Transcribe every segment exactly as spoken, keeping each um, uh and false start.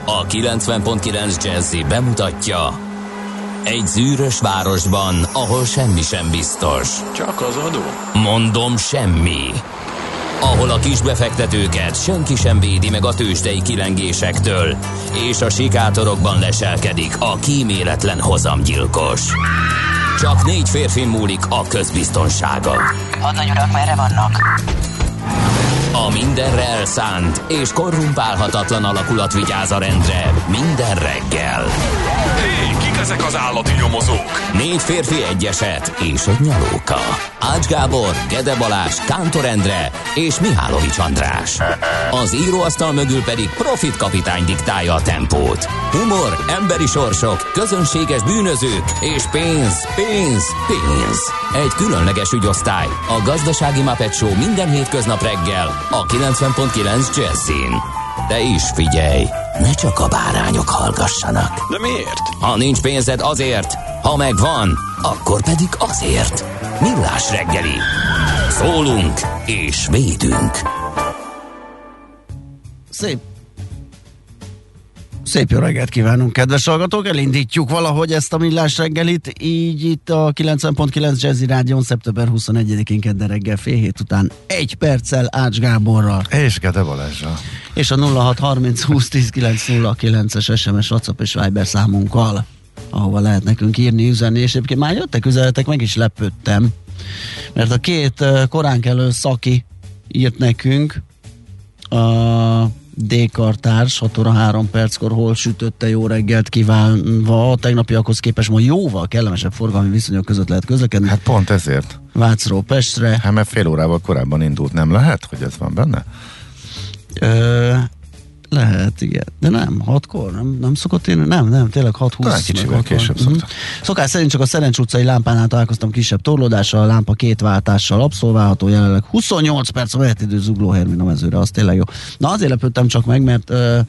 A kilencven pont kilenc Jazzy bemutatja: egy zűrös városban, ahol semmi sem biztos. Csak az adó? Mondom, semmi. Ahol a kisbefektetőket senki sem védi meg a tőzsdei kilengésektől, és a sikátorokban leselkedik a kíméletlen hozamgyilkos. Csak négy férfi múlik a közbiztonsága. Hadnagy urak, merre vannak? A mindenre elszánt és korrumpálhatatlan alakulat vigyáz a rendre minden reggel. Hé, kik ezek az állati nyomozók? Négy férfi, egy eset és egy nyalóka. Ács Gábor, Gede Balázs, Kántor Endre és Mihálovics András. Az íróasztal mögül pedig Profit kapitány diktálja a tempót. Humor, emberi sorsok, közönséges bűnözők és pénz, pénz, pénz. Egy különleges ügyosztály, a Gazdasági Muppet Show minden hétköznap reggel a kilencven pont kilenc Jazzyn. De is figyelj, ne csak a bárányok hallgassanak. De miért? Ha nincs pénzed, azért, ha megvan, akkor pedig azért. Millás reggeli. Szólunk és védünk. Szép. Szép jó reggelt kívánunk, kedves hallgatók! Elindítjuk valahogy ezt a Millás reggelit, így itt a kilencven pont kilenc Jazzy Rádión szeptember huszonegyedikén kedden reggel fél hét után egy perccel Ács Gáborral. És Gede Balázsral. És a nulla hat harminc húsz tíz kilenc nulla kilences es em es, WhatsApp és Viber számunkkal, ahova lehet nekünk írni, üzenni, és egyébként már jöttek üzenetek, meg is lepődtem, mert a két koránkelő szaki írt nekünk, a D-kartárs, hat óra három perckor hol sütötte, jó reggelt kívánva, a tegnapiakhoz képest ma jóval kellemesebb forgalmi viszonyok között lehet közlekedni. Hát pont ezért. Vácról Pestre. Hát mert fél órával korábban indult, nem lehet, hogy ez van benne? Ö, lehet, igen. De nem, hatkor, nem, nem szokott én, nem, nem, tényleg hat húsz. Talán kicsivel később uh-huh. szokta. Szokás szerint csak a Szerencs utcai lámpánál találkoztam kisebb torlódással, a lámpa két váltással abszolválható, jelenleg huszonnyolc perc a mehetidő Zugló Hermina mezőre, az tényleg jó. Na azért lepődtem csak meg, mert ö,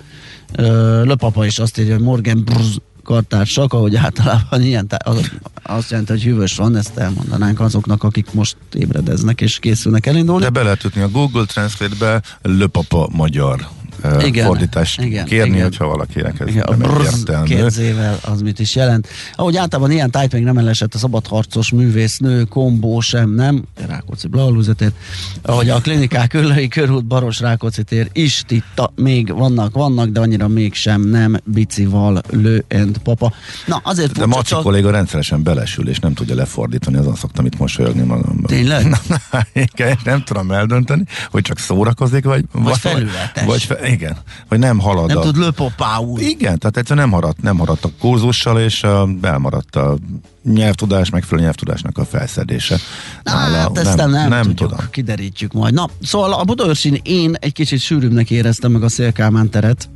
ö, Löpapa is azt írja, hogy Morgan Brz kartársak, ahogy általában ilyen, tá- az, azt jelenti, hogy hűvös van, ezt elmondanánk azoknak, akik most ébredeznek és készülnek elindulni. De be lehet ütni a Google Translate-be Löpapa magyar igen, fordítást igen, kérni, igen. Hogyha valakinek ez igen, nem egyértelmű. Kérzével az mit is jelent. Ahogy általában ilyen tájt még nem elesett a szabadharcos művésznő, kombó sem, nem, Rákóczi Blahalúzetét, ahogy a klinikák Öllői körút, Baros Rákóczi tér is titta, még vannak, vannak, de annyira mégsem nem, Bicival, Lő and Papa. Na, azért de Maci csak... kolléga rendszeresen belesül, és nem tudja lefordítani, azon szoktam itt mosolyogni magamban. Tényleg? Na, igen, nem tudom eldönteni, hogy csak szórakozik, vagy... Vagy felületes. Vagy fe, igen, hogy nem halad. Nem a... tud löpopául. Igen, tehát egyszerűen nem maradt, nem maradt a kurzussal, és uh, elmaradt a nyelvtudás, megfelelő nyelvtudásnak a felszedése. Hát ezt nem, nem, nem tudjuk, tudom. Kiderítjük majd. Na, szóval a Budaörsin én egy kicsit sűrűbbnek éreztem meg a Szél-Kálmán teret.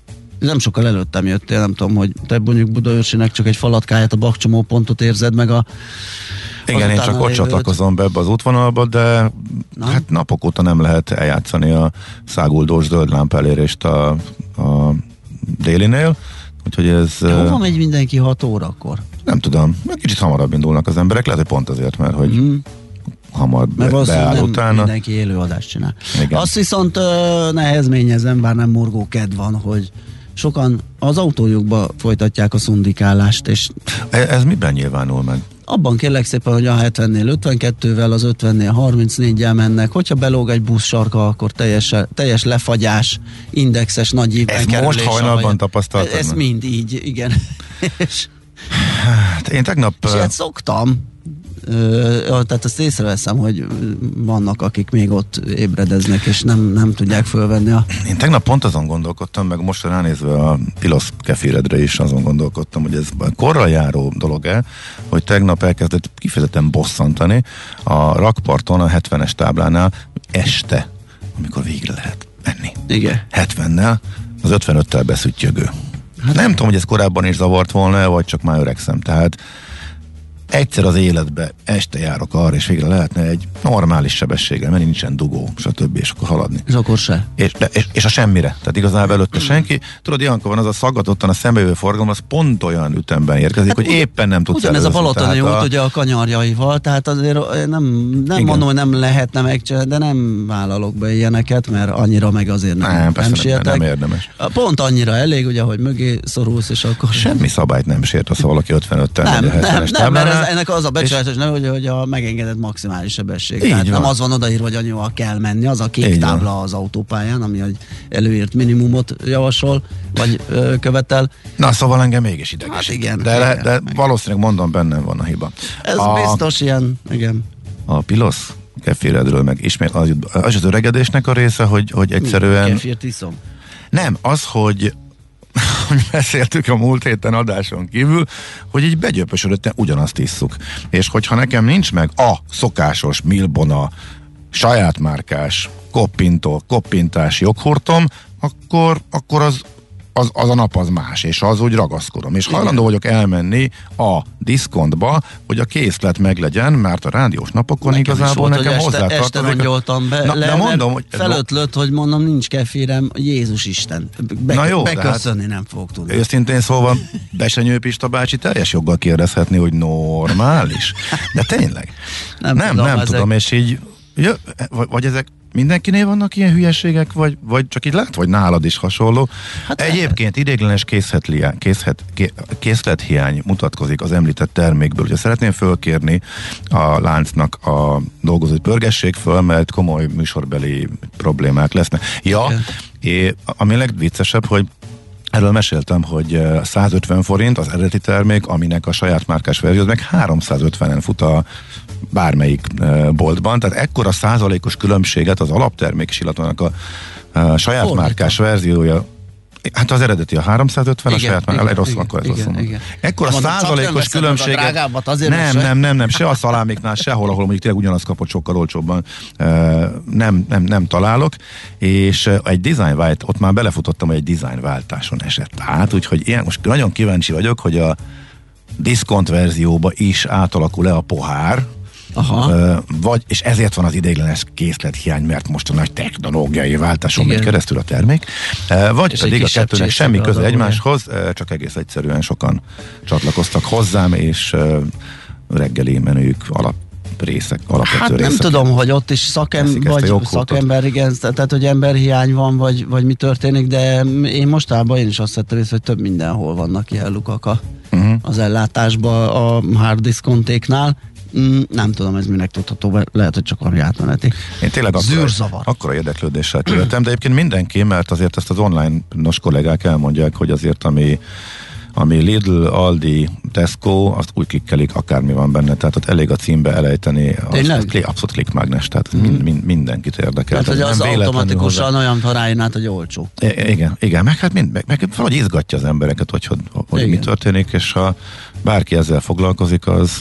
Nem sokkal előttem jöttél, nem tudom, hogy te mondjuk Budaörsinek csak egy falatkáját, a bakcsomó pontot érzed meg a igen, én csak ott csatlakozom be ebbe az útvonalba, de na? hát napok óta nem lehet eljátszani a száguldós zöld lámpa elérést a, a délinél, úgyhogy ez... Hova megy mindenki hat órakor? Nem tudom, kicsit hamarabb indulnak az emberek, lehet, hogy pont azért, mert hogy mm. hamar be, beáll nem utána. Mindenki élőadást csinál. Igen. Azt viszont uh, nehezményezem, bár nem morgó kedv van, hogy sokan az autójukba folytatják a szundikálást, és... Ez, ez miben nyilvánul meg? Abban kérlek szépen, hogy a hetvennél ötvenkettővel, az ötvennél harmincnégyel mennek, hogyha belóg egy busz sarka, akkor teljes, teljes lefagyás, indexes nagy ívben ezt most hajnalban tapasztaltad? Ez mind így, igen. és, hát én tegnap... És ilyet szoktam. Ö, tehát azt észreveszem, hogy vannak, akik még ott ébredeznek, és nem, nem tudják fölvenni a... Én tegnap pont azon gondolkodtam, meg most ránézve a Pilosz keféredre is azon gondolkodtam, hogy ez korral járó dolog-e, hogy tegnap elkezdett kifejezetten bosszantani a rakparton, a hetvenes táblánál este, amikor végre lehet menni. Igen. hetvennel, az ötvenöttel beszüttyögő. Hát nem tudom, hogy ez korábban is zavart volna, vagy csak már öregszem, tehát egyszer az életbe este járok arra, és végre lehetne egy normális sebességgel, mert nincsen dugó, stb. És akkor haladni. És akkor se. És, de, és, és a semmire. Tehát igazából előtte senki. Tudod, ilyenkor van az a szaggatottan a szembejövő forgalom, az pont olyan ütemben érkezik, hát hogy ugy, éppen nem tudsz ugyanez előzni. a Balatoni út, a... ugye a kanyarjaival, tehát azért nem, nem mondom, hogy nem lehetne megcsinálni, de nem vállalok be ilyeneket, mert annyira meg azért nem, nem, nem, nem, nem érdemes. Pont annyira elég, ugye, hogy mögé szorulsz, és akkor... Semmi szabályt nem sért, az, ha valaki ötvenöttel nem, megy a nem, nem, mert ez, és... ennek az a becsületes neve, hogy, hogy a megengedett maximális sebesség. Így Tehát van. nem az van odaírva, hogy annyival kell menni, az a kék Így tábla van. az autópályán, ami egy előírt minimumot javasol, vagy ö, követel. Na, szóval engem mégis idegesít. Hát igen, de, igen, de meg. valószínűleg mondom, bennem van a hiba. Ez a, biztos ilyen, igen. A Pilosz keféredről meg ismét az, az az öregedésnek a része, hogy, hogy egyszerűen... Kefírt iszom. Nem, az, hogy hogy beszéltük a múlt héten adáson kívül, hogy így begyöpösödötten ugyanazt isszuk. És hogyha nekem nincs meg a szokásos Milbona saját márkás koppintó, koppintás joghurtom, akkor, akkor az, az, az a nap az más, és az úgy ragaszkodom. És hajlandó vagyok elmenni a diszkontba, hogy a készlet meglegyen, mert a rádiós napokon Nekem igazából volt, nekem este, hozzátartozik. este rongyoltam be, Na, le, de mondom, hogy felötlött, hogy mondom, nincs kefirem, Jézus Isten. Be, Na jó, beköszönni hát, nem fogok tudni. Őszintén szóval Besenyő Pista bácsi teljes joggal kérdezhetni, hogy normális. De tényleg. Nem, nem tudom, nem ezek... tudom, és így jö, vagy, vagy ezek mindenkinél vannak ilyen hülyeségek, vagy, vagy csak így lát, vagy nálad is hasonló. Hát egyébként ideiglenes készlethiány, készlet, készlethiány mutatkozik az említett termékből. Ugye szeretném fölkérni a láncnak a dolgozót, pörgessék föl, mert komoly műsorbeli problémák lesznek. Ja, és ami legviccesebb, hogy erről meséltem, hogy százötven forint az eredeti termék, aminek a saját márkás verzió, meg háromszázötvenen fut a bármelyik boltban, tehát ekkora százalékos különbséget az alaptermék is, illetve a, a saját Fordítom. márkás verziója, hát az eredeti a háromszázötven, igen, a saját márkás, rossz, akkor ez igen, rosszul igen. Ekkora mondom, százalékos különbséget, nem, nem, nem, nem, se a szalámiknál, sehol, ahol mondjuk tényleg ugyanazt kapott sokkal olcsóbban, nem, nem, nem találok, és egy designvált, ott már belefutottam, hogy egy designváltáson esett át, úgyhogy én most nagyon kíváncsi vagyok, hogy a diszkont verzióba is átalakul-e a pohár, Aha. vagy, és ezért van az ideiglenes készlethiány, mert most a nagy technológiai váltáson megy keresztül a termék, vagy és pedig a kettőnek semmi köze egymáshoz, csak egész egyszerűen sokan csatlakoztak hozzám, és reggeli menüjük alap részek, alapvető hát részek. Nem tudom, hogy ott is szakem, vagy szakember, igen, tehát hogy emberhiány van, vagy, vagy mi történik, de én mostában én is azt vettem észre, hogy több mindenhol vannak ilyen lukak a, uh-huh. az ellátásban a hard diszkontéknál. Mm, nem tudom, ez minek tudható, lehet, hogy csak arra átmeneti. Én tényleg akkor, akkor a érdeklődéssel követem, de egyébként mindenki, mert azért ezt az online-nos kollégák elmondják, hogy azért ami ami Lidl, Aldi, Tesco, azt úgy klikkelik, akármi van benne, tehát ott elég a címbe elejteni, az, az klik, abszolút klikmágnes, tehát mm. mind, mind, mindenkit érdekel. Tehát, hogy az automatikusan hozzá... olyan találjon át, hogy olcsó. I- igen, igen, meg hát mind, meg, meg valahogy izgatja az embereket, hogy, hogy, hogy mi történik, és ha bárki ezzel foglalkozik, az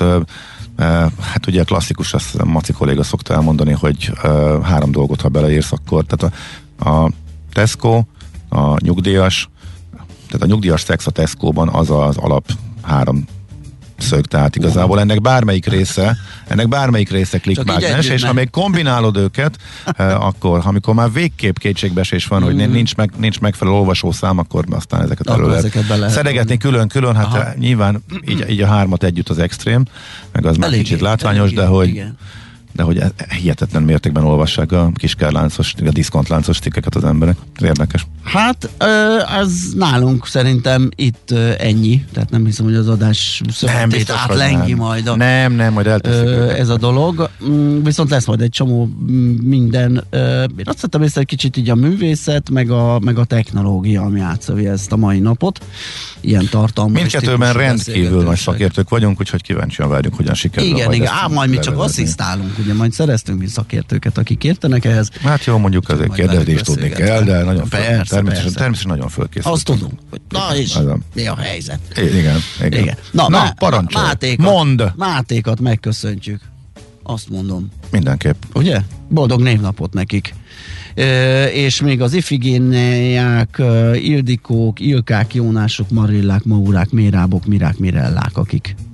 hát ugye klasszikus, azt Maci kolléga szokta elmondani, hogy három dolgot, ha beleírsz, akkor tehát a, a Tesco, a nyugdíjas, tehát a nyugdíjas szex a Tesco-ban az az alap három szög, tehát igazából ennek bármelyik része, ennek bármelyik része klikmágnes, és ha még kombinálod őket, eh, akkor, amikor már végképp kétségbeesés van, mm. hogy nincs, meg, nincs megfelelő olvasószám, akkor aztán ezeket elő lehet szedegetni külön-külön, hát Aha. nyilván így, így a hármat együtt az extrém, meg az már kicsit látványos, de hogy igen. de hogy hihetetlen mértékben olvassák a kiskárláncos, a diszkontláncos cikkeket az emberek. Ez érdekes. Hát az nálunk szerintem itt ennyi, tehát nem hiszem, hogy az adás szövetét átlengi majd a, nem, nem, majd elteszik ez a dolog. Viszont lesz majd egy csomó minden. Én azt hittem észre, egy kicsit így a művészet, meg a, meg a technológia, ami átszövi ezt a mai napot. Ilyen tartalmas. Mindkettőben rendkívül nagy szakértők vagyunk, úgyhogy kíváncsian várjuk, hogyan sikerül. Igen, igen, ám majd mi csak asszisztálunk, ugye majd szereztünk mi szakértőket, akik értenek ehhez. Hát jó, mondjuk azért kérdezni is tudni kell, de nagyon persze, föl, természetesen, persze. természetesen nagyon fölkészültünk. Azt tudunk, hogy na és a... mi a helyzet. Igen, igen. igen. Na, na má, parancsolj, Mátékat, mondd! Mátékat megköszöntjük. Azt mondom. Mindenképp. Ugye? Boldog névnapot nekik. E, és még az Ifigéniák, Ildikók, Ilkák, Jónások, Marillák, Maurák, Mérábok, Mirák, Mirellák, akik ma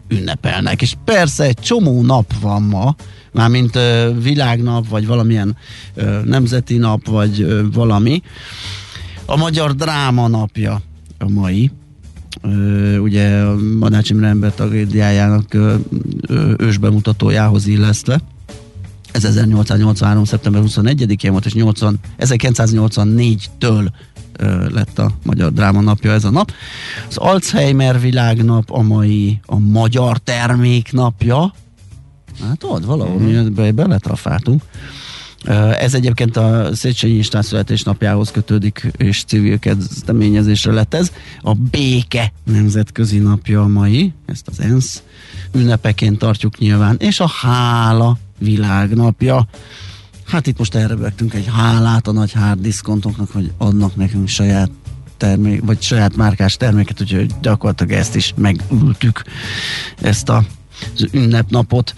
ünnepelnek. És persze egy csomó nap van ma, mármint ö, világnap, vagy valamilyen ö, nemzeti nap, vagy ö, valami. A Magyar Dráma napja a mai. Ö, ugye a Madács Imre ember tragédiájának ö, ö, ősbemutatójához illesztve. Ez ezernyolcszáznyolcvanhárom. szeptember huszonegyedikén volt, és nyolcvan, ezerkilencszáznyolcvannégytől ö, lett a Magyar Dráma napja ez a nap. Az Alzheimer világnap a mai, a Magyar Termék napja. Hát ott valahol mm-hmm. be, beletrafáltunk. Ez egyébként a Széchenyi István születésnapjához kötődik, és civil kezdeményezésre lett ez. A Béke nemzetközi napja a mai, ezt az ENSZ ünnepeként tartjuk nyilván, és a Hála világnapja. Hát itt most elrebegtünk egy hálát a nagy hárdiszkontoknak, hogy adnak nekünk saját termék, vagy saját márkás terméket, úgyhogy gyakorlatilag ezt is megültük, ezt a, az ünnepnapot.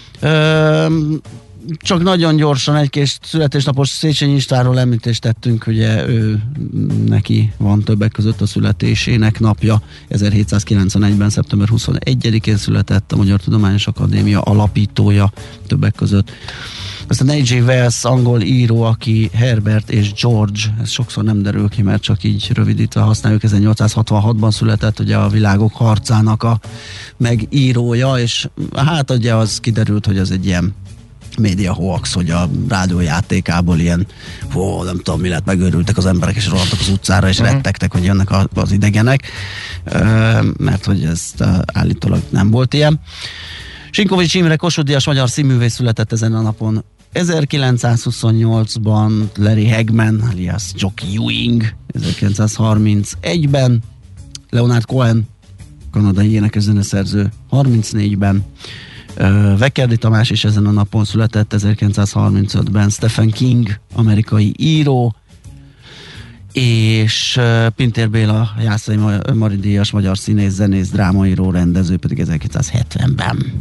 Ö, csak nagyon gyorsan egy-két születésnapos Széchenyi Istvánról említést tettünk, ugye ő, neki van többek között a születésének napja. ezerhétszázkilencvenegyben. szeptember huszonegyedikén született, a Magyar Tudományos Akadémia alapítója többek között. Aztán á jé Wells, angol író, aki Herbert és George, ez sokszor nem derül ki, mert csak így rövidítve használjuk, ezernyolcszázhatvanhatban született, ugye a Világok harcának a megírója, és hát ugye az kiderült, hogy az egy ilyen média hoax, hogy a rádiójátékából ilyen, hó, nem tudom mi lett, megőrültek az emberek, és rohantak az utcára, és uh-huh. rettegtek, hogy jönnek a, az idegenek, mert hogy ez állítólag nem volt ilyen. Sinkovics Imre, Kossuth Díjas magyar színművész született ezen a napon. ezerkilencszázhuszonnyolcban Larry Hagman, alias Jock Ewing, ezerkilencszázharmincegyben Leonard Cohen, kanadai énekes zeneszerző, harmincnégyben Uh, Vekerdi Tamás is ezen a napon született, ezerkilencszázharmincötben Stephen King, amerikai író, és uh, Pintér Béla, Jászai Mari díjas magyar színész, zenész, drámaíró, rendező pedig ezerkilencszázhetvenben.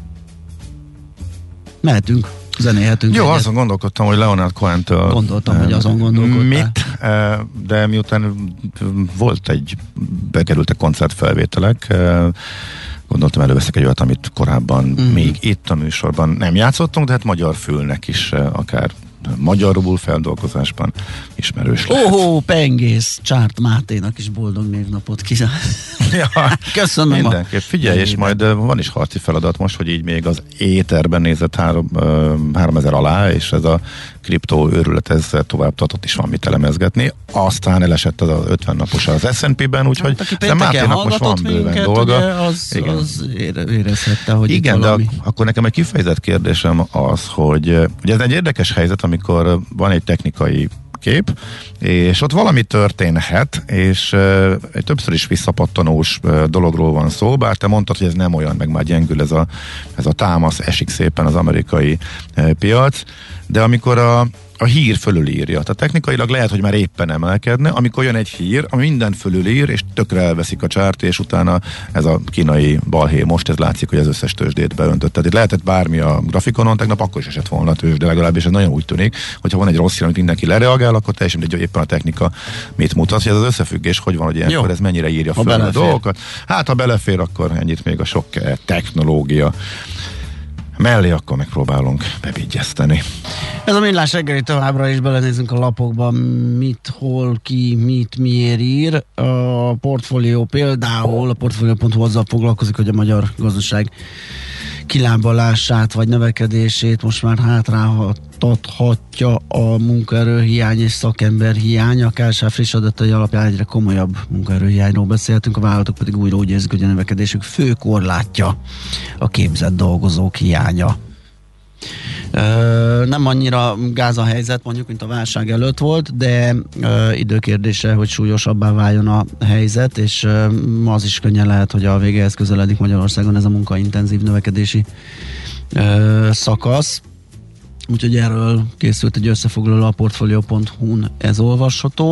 Mehetünk, zenéhetünk. Jó, egyet. azon gondolkodtam, hogy Leonard Cohen-től Gondoltam, hogy azon gondolkodtál. Mit, de miután volt egy, bekerültek koncertfelvételek, gondoltam, előveszek egy olyat, amit korábban mm. még itt a műsorban nem játszottunk, de hát magyar fülnek is akár magyarul feldolgozásban ismerős lehet. Óhó, pengész, Csárt Máténak is boldog névnapot kíván. Ja, köszönöm. Mindenképp, figyelj, és majd van is harci feladat most, hogy így még az éterben nézett három, háromezer alá, és ez a kriptó őrület ezzel tovább tartott, is van mit elemezgetni. Aztán elesett az az ötven napos az es and pé-ben, úgyhogy hát, Máténak most van bőven minket, dolga. Ugye, az, az érezhette, hogy igen, de valami... akkor nekem egy kifejezett kérdésem az, hogy ugye ez egy érdekes helyzet, amikor van egy technikai kép, és ott valami történhet, és uh, egy többször is visszapattanós uh, dologról van szó, bár te mondtad, hogy ez nem olyan, meg már gyengül ez a, ez a támasz, esik szépen az amerikai uh, piac, de amikor a a hír fölülírja. Tehát technikailag lehet, hogy már éppen emelkedne, amikor jön egy hír, ami minden fölülír, és tökre elveszik a csárt, és utána ez a kínai balhé, most ez látszik, hogy az összes tőzsdét beöntött. Tehát itt lehetett bármi a grafikonon, tegnap akkor is esett volna a tőzsd, de legalábbis ez nagyon úgy tűnik, hogyha van egy rossz hír, amit mindenki lereagál, akkor teljesen egy éppen a technika mit mutat, hogy ez az összefüggés, hogy van, hogy ilyenkor ez mennyire írja föl a dolgokat. Hát, ha belefér, akkor ennyit még a sok technológia mellé, akkor megpróbálunk bevigyezteni. Ez a Millás reggeli, továbbra is belenézünk a lapokba, mit, hol, ki, mit, miért ír. A portfólió például, a portfólió pont hu azzal foglalkozik, hogy a magyar gazdaság kilábalását vagy növekedését most már hátráltathatja a munkaerőhiány és szakemberhiány. A ká es há friss adatai alapján egyre komolyabb munkaerőhiányról beszéltünk, a vállalatok pedig újra úgy érzik, hogy a növekedésük fő korlátja a képzett dolgozók hiánya. Ö, nem annyira gáz a helyzet, mondjuk, mint a válság előtt volt, de ö, időkérdése, hogy súlyosabbá váljon a helyzet, és ö, az is könnyen lehet, hogy a végéhez közeledik Magyarországon ez a munkaintenzív növekedési ö, szakasz. Úgyhogy erről készült egy összefoglaló a portfolio pont hu-n, ez olvasható.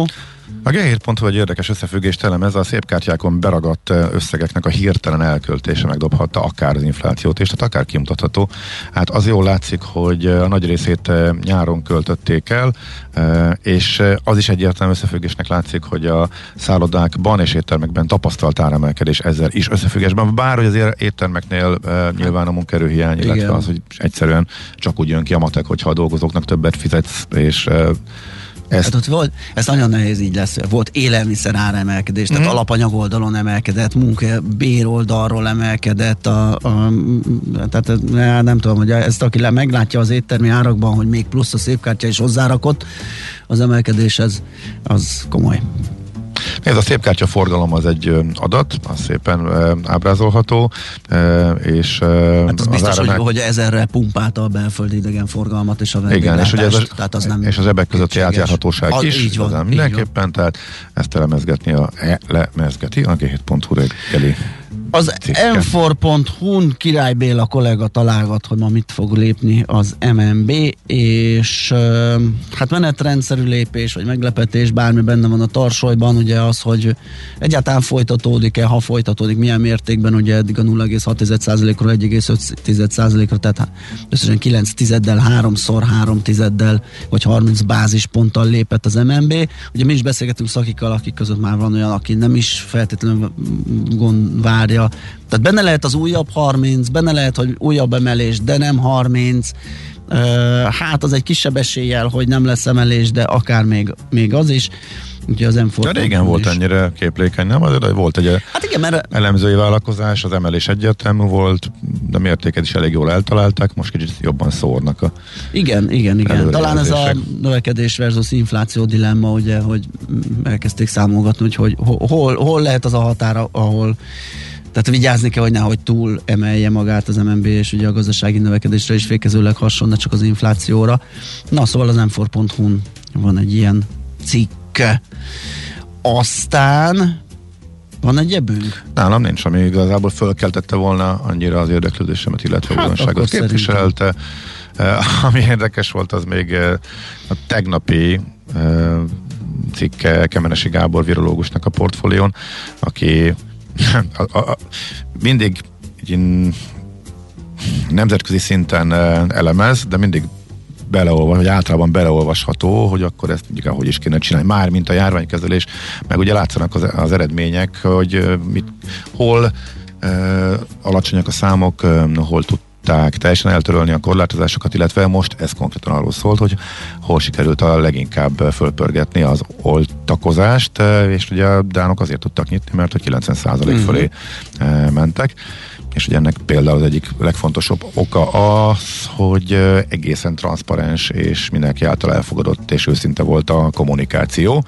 A gé hét pont hu egy érdekes összefüggést elemez, a szép kártyákon beragadt összegeknek a hirtelen elköltése megdobhatta akár az inflációt, és tehát akár kimutatható. Hát az jól látszik, hogy a nagy részét nyáron költötték el, és az is egyértelmű összefüggésnek látszik, hogy a szállodákban és éttermekben tapasztalt áremelkedés ezzel is összefüggésben, bár hogy az éttermeknél nyilván a munkaerőhiány, illetve igen. az, hogy egyszerűen csak úgy jön ki a matek, hogyha a dolgozóknak többet fizetsz, és Ezt. Hát ott volt, ez nagyon nehéz így lesz. Volt élelmiszer áremelkedés, tehát mm. alapanyag oldalon emelkedett, munka bér oldalról emelkedett, a, a, tehát nem tudom, hogy ezt aki meglátja az éttermi árakban, hogy még plusz a szépkártya is hozzárakott, az emelkedés ez, az komoly. Ez a szépkártya forgalom az egy adat, az szépen e, ábrázolható, e, és e, hát az biztos, hogy, meg... hogy ezerre pumpálta a belföldi idegenforgalmat és a vendéglátást. Igen, és, ez a, tehát az nem és az ebek közötti átjárhatóság a, is, így van, az mindenképpen, van. Tehát ezt elemezgetni a, elemezgeti a gé hét pont hu reggeli. Az em négy pont hu-n Király Béla kollega találgat, hogy ma mit fog lépni az em en bé, és hát menetrendszerű lépés, vagy meglepetés, bármi benne van a tarsolyban, ugye az, hogy egyáltalán folytatódik-e, ha folytatódik, milyen mértékben, ugye eddig a nulla egész hat százalékról egy egész öt százalékra, tehát összesen kilenc tizeddel, háromszor három tizeddel, vagy harminc bázisponttal lépett az em en bé. Ugye mi is beszélgetünk szakikkal, akik között már van olyan, aki nem is feltétlenül gond várja. Tehát benne lehet az újabb harminc, benne lehet, hogy újabb emelés, de nem harminc. Hát az egy kisebb eséllyel, hogy nem lesz emelés, de akár még, még az is. Ugye az em négy ja, régen volt is ennyire képlékeny, nem? De volt egy hát igen, mert elemzői vállalkozás, az emelés egyértelmű volt, de mértéket is elég jól eltalálták, most kicsit jobban szórnak a igen, igen, igen. Talán ez a növekedés versus infláció dilemma, ugye, hogy elkezdték számolgatni, hogy hol, hol lehet az a határa, ahol tehát vigyázni kell, hogy nehogy túl emelje magát az em en bé, és ugye a gazdasági növekedésre is fékezőleg hasonl, ne csak az inflációra. Na, szóval az em négy pont hu-n van egy ilyen cikk. Aztán van egy egyebünk? Nálam nincs, ami igazából fölkeltette volna annyira az érdeklődésemet, illetve hát újdonságot képviselte. Uh, ami érdekes volt, az még uh, a tegnapi uh, cikke Kemenesi Gábor virológusnak a portfólión, aki a, a, mindig így, nemzetközi szinten uh, elemez, de mindig beleolvas, vagy általában beleolvasható, hogy akkor ezt ugye hogy is kéne csinálni. Már mint a járványkezelés, meg ugye látszanak az, az eredmények, hogy mit, hol uh, alacsonyak a számok, uh, hol tudták teljesen eltörölni a korlátozásokat, illetve most ez konkrétan arról szólt, hogy hol sikerült a leginkább fölpörgetni az oltakozást, uh, és ugye a dánok azért tudtak nyitni, mert hogy kilencven százalék mm-hmm. fölé uh, mentek. És ugye ennek például az egyik legfontosabb oka az, hogy egészen transzparens és mindenki által elfogadott és őszinte volt a kommunikáció,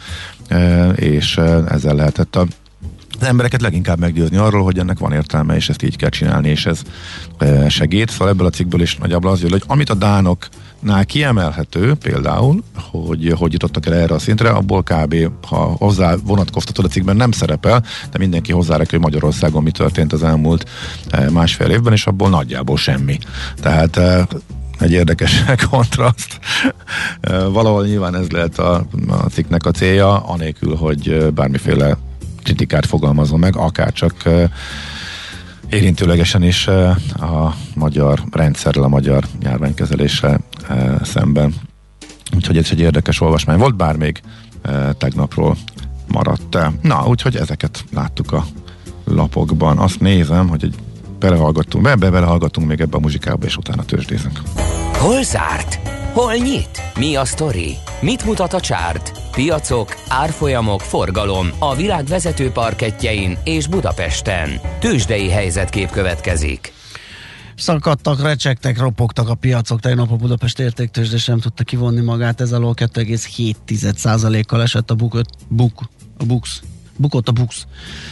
és ezzel lehetett a az embereket leginkább meggyőzni arról, hogy ennek van értelme, és ezt így kell csinálni, és ez segít. Szóval ebből a cikkből is nagyjából az jön, hogy amit a dánoknál kiemelhető, például, hogy hogy jutottak el erre a szintre, abból kb. Ha hozzá vonatkoztatod a cikkben nem szerepel, de mindenki hozzárakja, hogy Magyarországon mi történt az elmúlt másfél évben, és abból nagyjából semmi. Tehát egy érdekes kontraszt. Valahol nyilván ez lehet a, a cikknek a célja, anélkül, hogy bármiféle kritikát fogalmazom meg, akár csak uh, érintőlegesen is uh, a magyar rendszerrel, a magyar járványkezeléssel uh, szemben. Úgyhogy ez egy érdekes olvasmány volt, bár még uh, tegnapról maradt. Na, úgyhogy ezeket láttuk a lapokban. Azt nézem, hogy egy belehallgattunk, be, be belehallgattunk még ebbe a muzsikába, és utána tőzsdézünk. Hol zárt? Hol nyit? Mi a sztori? Mit mutat a csárt? Piacok, árfolyamok, forgalom a világ vezető parkettjein és Budapesten. Tőzsdei helyzetkép következik. Szakadtak, recsegtek, ropogtak a piacok. Tegnap a Budapest értéktőzsde sem tudta kivonni magát, ez alól kettő egész hét százalékkal esett a buk, buk, a bux. Bukott a bux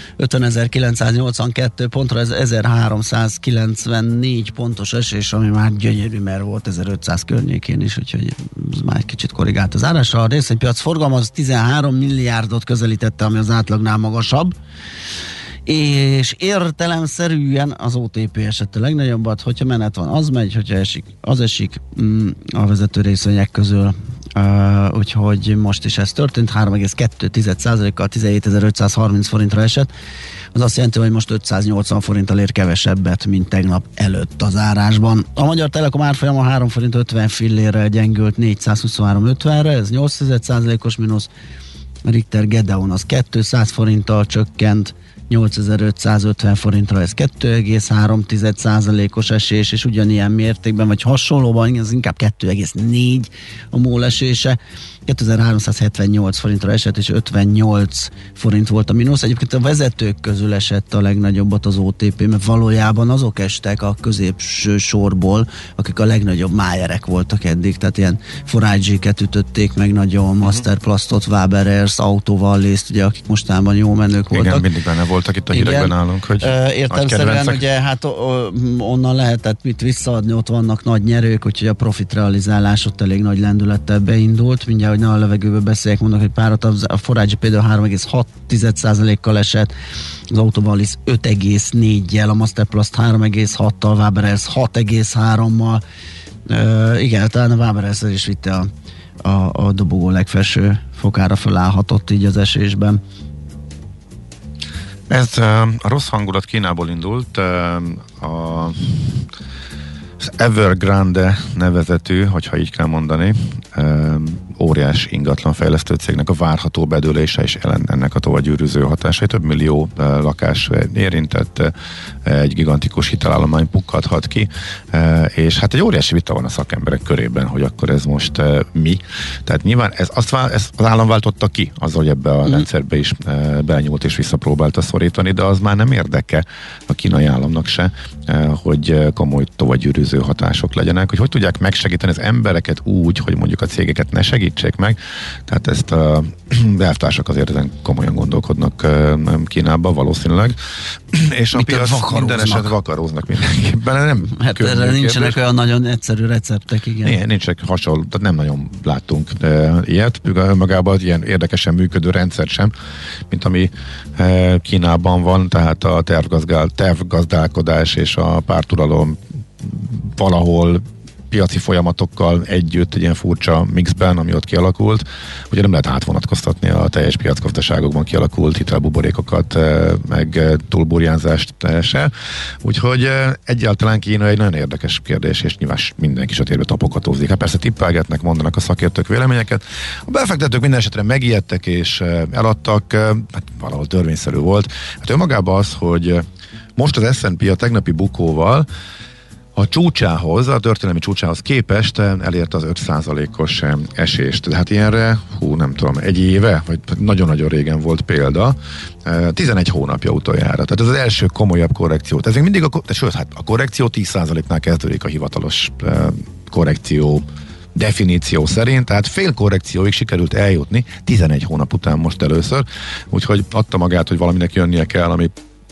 ötvenezer-kilencszáznyolcvankettő pontra, ez ezerháromszázkilencvennégy pontos esés, ami már gyönyörű, mert volt ezerötszáz környékén is, úgyhogy ez már egy kicsit korrigált az árásra. A részvénypiac forgalma az tizenhárom milliárdot közelítette, ami az átlagnál magasabb, és értelemszerűen az o té pé esett a legnagyobbat, hogyha menet van, az megy, hogyha esik, az esik, mm, a vezető részvények közül Uh, úgyhogy most is ez történt, három egész kettő százalékkal tizenhétezer-ötszázharminc forintra esett. Az azt jelenti, hogy most ötszáznyolcvan forinttal ér kevesebbet, mint tegnap előtt az árásban. A Magyar Telekom árfolyama három forint ötven fillérrel gyengült négyszázhuszonhárom ötvenre, ez nyolc százalékos mínusz. Richter Gedeon az kétszáz forinttal csökkent nyolcezer-ötszázötven forintra, ez kettő egész három százalékos esés, és ugyanilyen mértékben, vagy hasonlóban, ez inkább kettő egész négy a MOL esése, kétezer-háromszázhetvennyolc forintra esett, és ötvennyolc forint volt a mínusz. Egyébként a vezetők közül esett a legnagyobbat az o té pé, mert valójában azok estek a középső sorból, akik a legnagyobb májerek voltak eddig, tehát ilyen Forage-ket ütötték meg nagyon, Masterplastot, Waberers, Autovallis-t, ugye, akik mostában jó menők voltak. Igen, mindig benne voltak itt a hírekben nálunk, hogy uh, értelemszerűen ugye hát o, onnan lehetett mit visszaadni, ott vannak nagy nyerők, úgyhogy a profit realizálás ott elég nagy lendülettel beindult. Mindjárt, hogy ne a levegőbe beszéljek, mondok, hogy párat, a Forage például három egész hat százalékkal esett, az Autovallis öt egész négyjel, a Masterplast három egész hattal, Waberers hat egész hárommal. Uh, igen, talán a Waberers is vitte a, a, a dobogó legfelső fokára fölállhatott így az esésben. Ez a rossz hangulat Kínából indult, a az Evergrande nevezetű, hogyha így kell mondani, óriás ingatlan fejlesztő cégnek a várható bedőlése és ennek a tovagyűrűző hatásai. Több millió lakás érintett, egy gigantikus hitelállomány pukkadhat ki, és hát egy óriási vita van a szakemberek körében, hogy akkor ez most mi. Tehát nyilván ez, azt, ez az állam váltotta ki, az, hogy ebbe a mm. rendszerbe is belenyúlt és visszapróbálta szorítani, de az már nem érdeke a kínai államnak se, hogy komoly tovagyűrűző hatások legyenek, hogy hogy tudják megsegíteni az embereket úgy, hogy mondjuk a cégeket ne segítsék meg. Tehát ezt a elvtársak azért ezen komolyan gondolkodnak Kínában valószínűleg. És a piac minden eset vakaróznak mindenképpen. Nem hát erre nincsenek olyan nagyon egyszerű receptek, igen. Né, nincsenek hasonló, tehát nem nagyon láttunk ilyet. Önmagában ilyen érdekesen működő rendszer sem, mint ami Kínában van, tehát a tervgazdál, tervgazdálkodás és a párturalom valahol piaci folyamatokkal együtt egy ilyen furcsa mixben, ami ott kialakult. Ugye nem lehet átvonatkoztatni a teljes piacgazdaságokban kialakult hitelbuborékokat, meg túlburjánzást se. Úgyhogy egyáltalán Kína egy nagyon érdekes kérdés, és nyilván mindenki sötétbe tapogatózik. Hát persze tippelgetnek, mondanak a szakértők véleményeket. A befektetők minden esetre megijedtek és eladtak, hát valahol törvényszerű volt. Hát önmagában az, hogy most az es and pé a tegnapi bukóval a csúcsához, a történelmi csúcsához képest elérte az öt százalékos esést. Tehát ilyenre, hú, nem tudom, egy éve, vagy nagyon-nagyon régen volt példa, tizenegy hónapja utoljára. Tehát ez az első komolyabb korrekció. Ez még mindig a, sőt, hát a korrekció tíz százaléknál kezdődik a hivatalos korrekció definíció szerint, tehát fél korrekcióig sikerült eljutni, tizenegy hónap után most először, úgyhogy adta magát, hogy valaminek jönnie kell, ami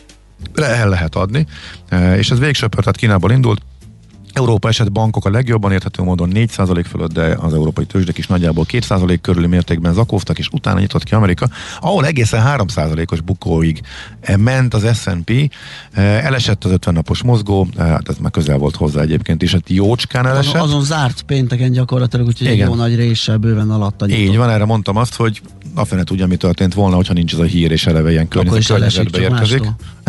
el lehet adni, és ez végsöpört, tehát Kínából indult. Európa eset bankok a legjobban érthető módon négy százalék fölött, de az európai tőzsdék is nagyjából két százalék körüli mértékben zakóztak, és utána nyitott ki Amerika, ahol egészen három százalékos bukóig ment az es and pé, elesett az ötven napos mozgó, hát ez már közel volt hozzá egyébként is, hát jócskán elesett. Azon, azon zárt pénteken gyakorlatilag, úgyhogy egy jó nagy réssel bőven alatta nyitott. Így van, erre mondtam azt, hogy a fene tudja, mi történt volna, hogyha nincs ez a hír, és eleve ilyen környezetbe érkezik.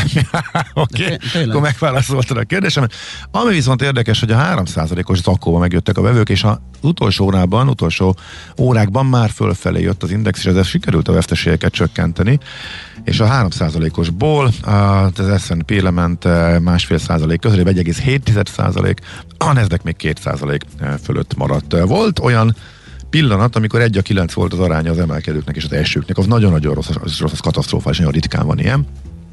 Oké, okay. Akkor megválaszoltad a kérdésemet. Ami viszont érdekes, hogy a három százalékos zakóba megjöttek a vevők, és az utolsó órában, utolsó órákban már fölfelé jött az index, és ezzel sikerült a veszteségeket csökkenteni, és a három százalékosból az es and pé lement másfél százalék közelébe, egy egész hét százalék, a Nasdaq még két százalék fölött maradt. Volt olyan pillanat, amikor egy a kilenc volt az aránya az emelkedőknek és az elsőknek, az nagyon-nagyon rossz, az, rossz, az katasztrofális, nagyon ritkán van ilyen.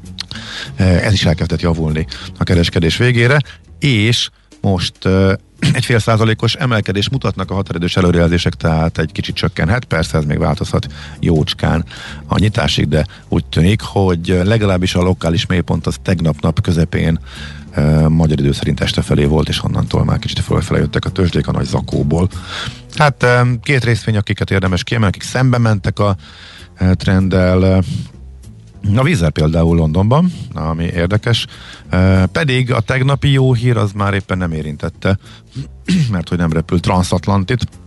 Ez is elkezdett javulni a kereskedés végére, és most uh, egy fél százalékos emelkedés mutatnak a határidős előrejelzések, tehát egy kicsit csökkenhet, persze ez még változhat jócskán a nyitásig, de úgy tűnik, hogy legalábbis a lokális mélypont az tegnap nap közepén uh, magyar idő szerint este felé volt, és onnantól már kicsit fölfele jöttek a tőzsdék a nagy zakóból. Hát um, két részvény, akiket érdemes kiemelni, akik szembe mentek a uh, trenddel, uh, a Vízer például Londonban, ami érdekes, e, pedig a tegnapi jó hír az már éppen nem érintette, mert hogy nem repült transatlantit,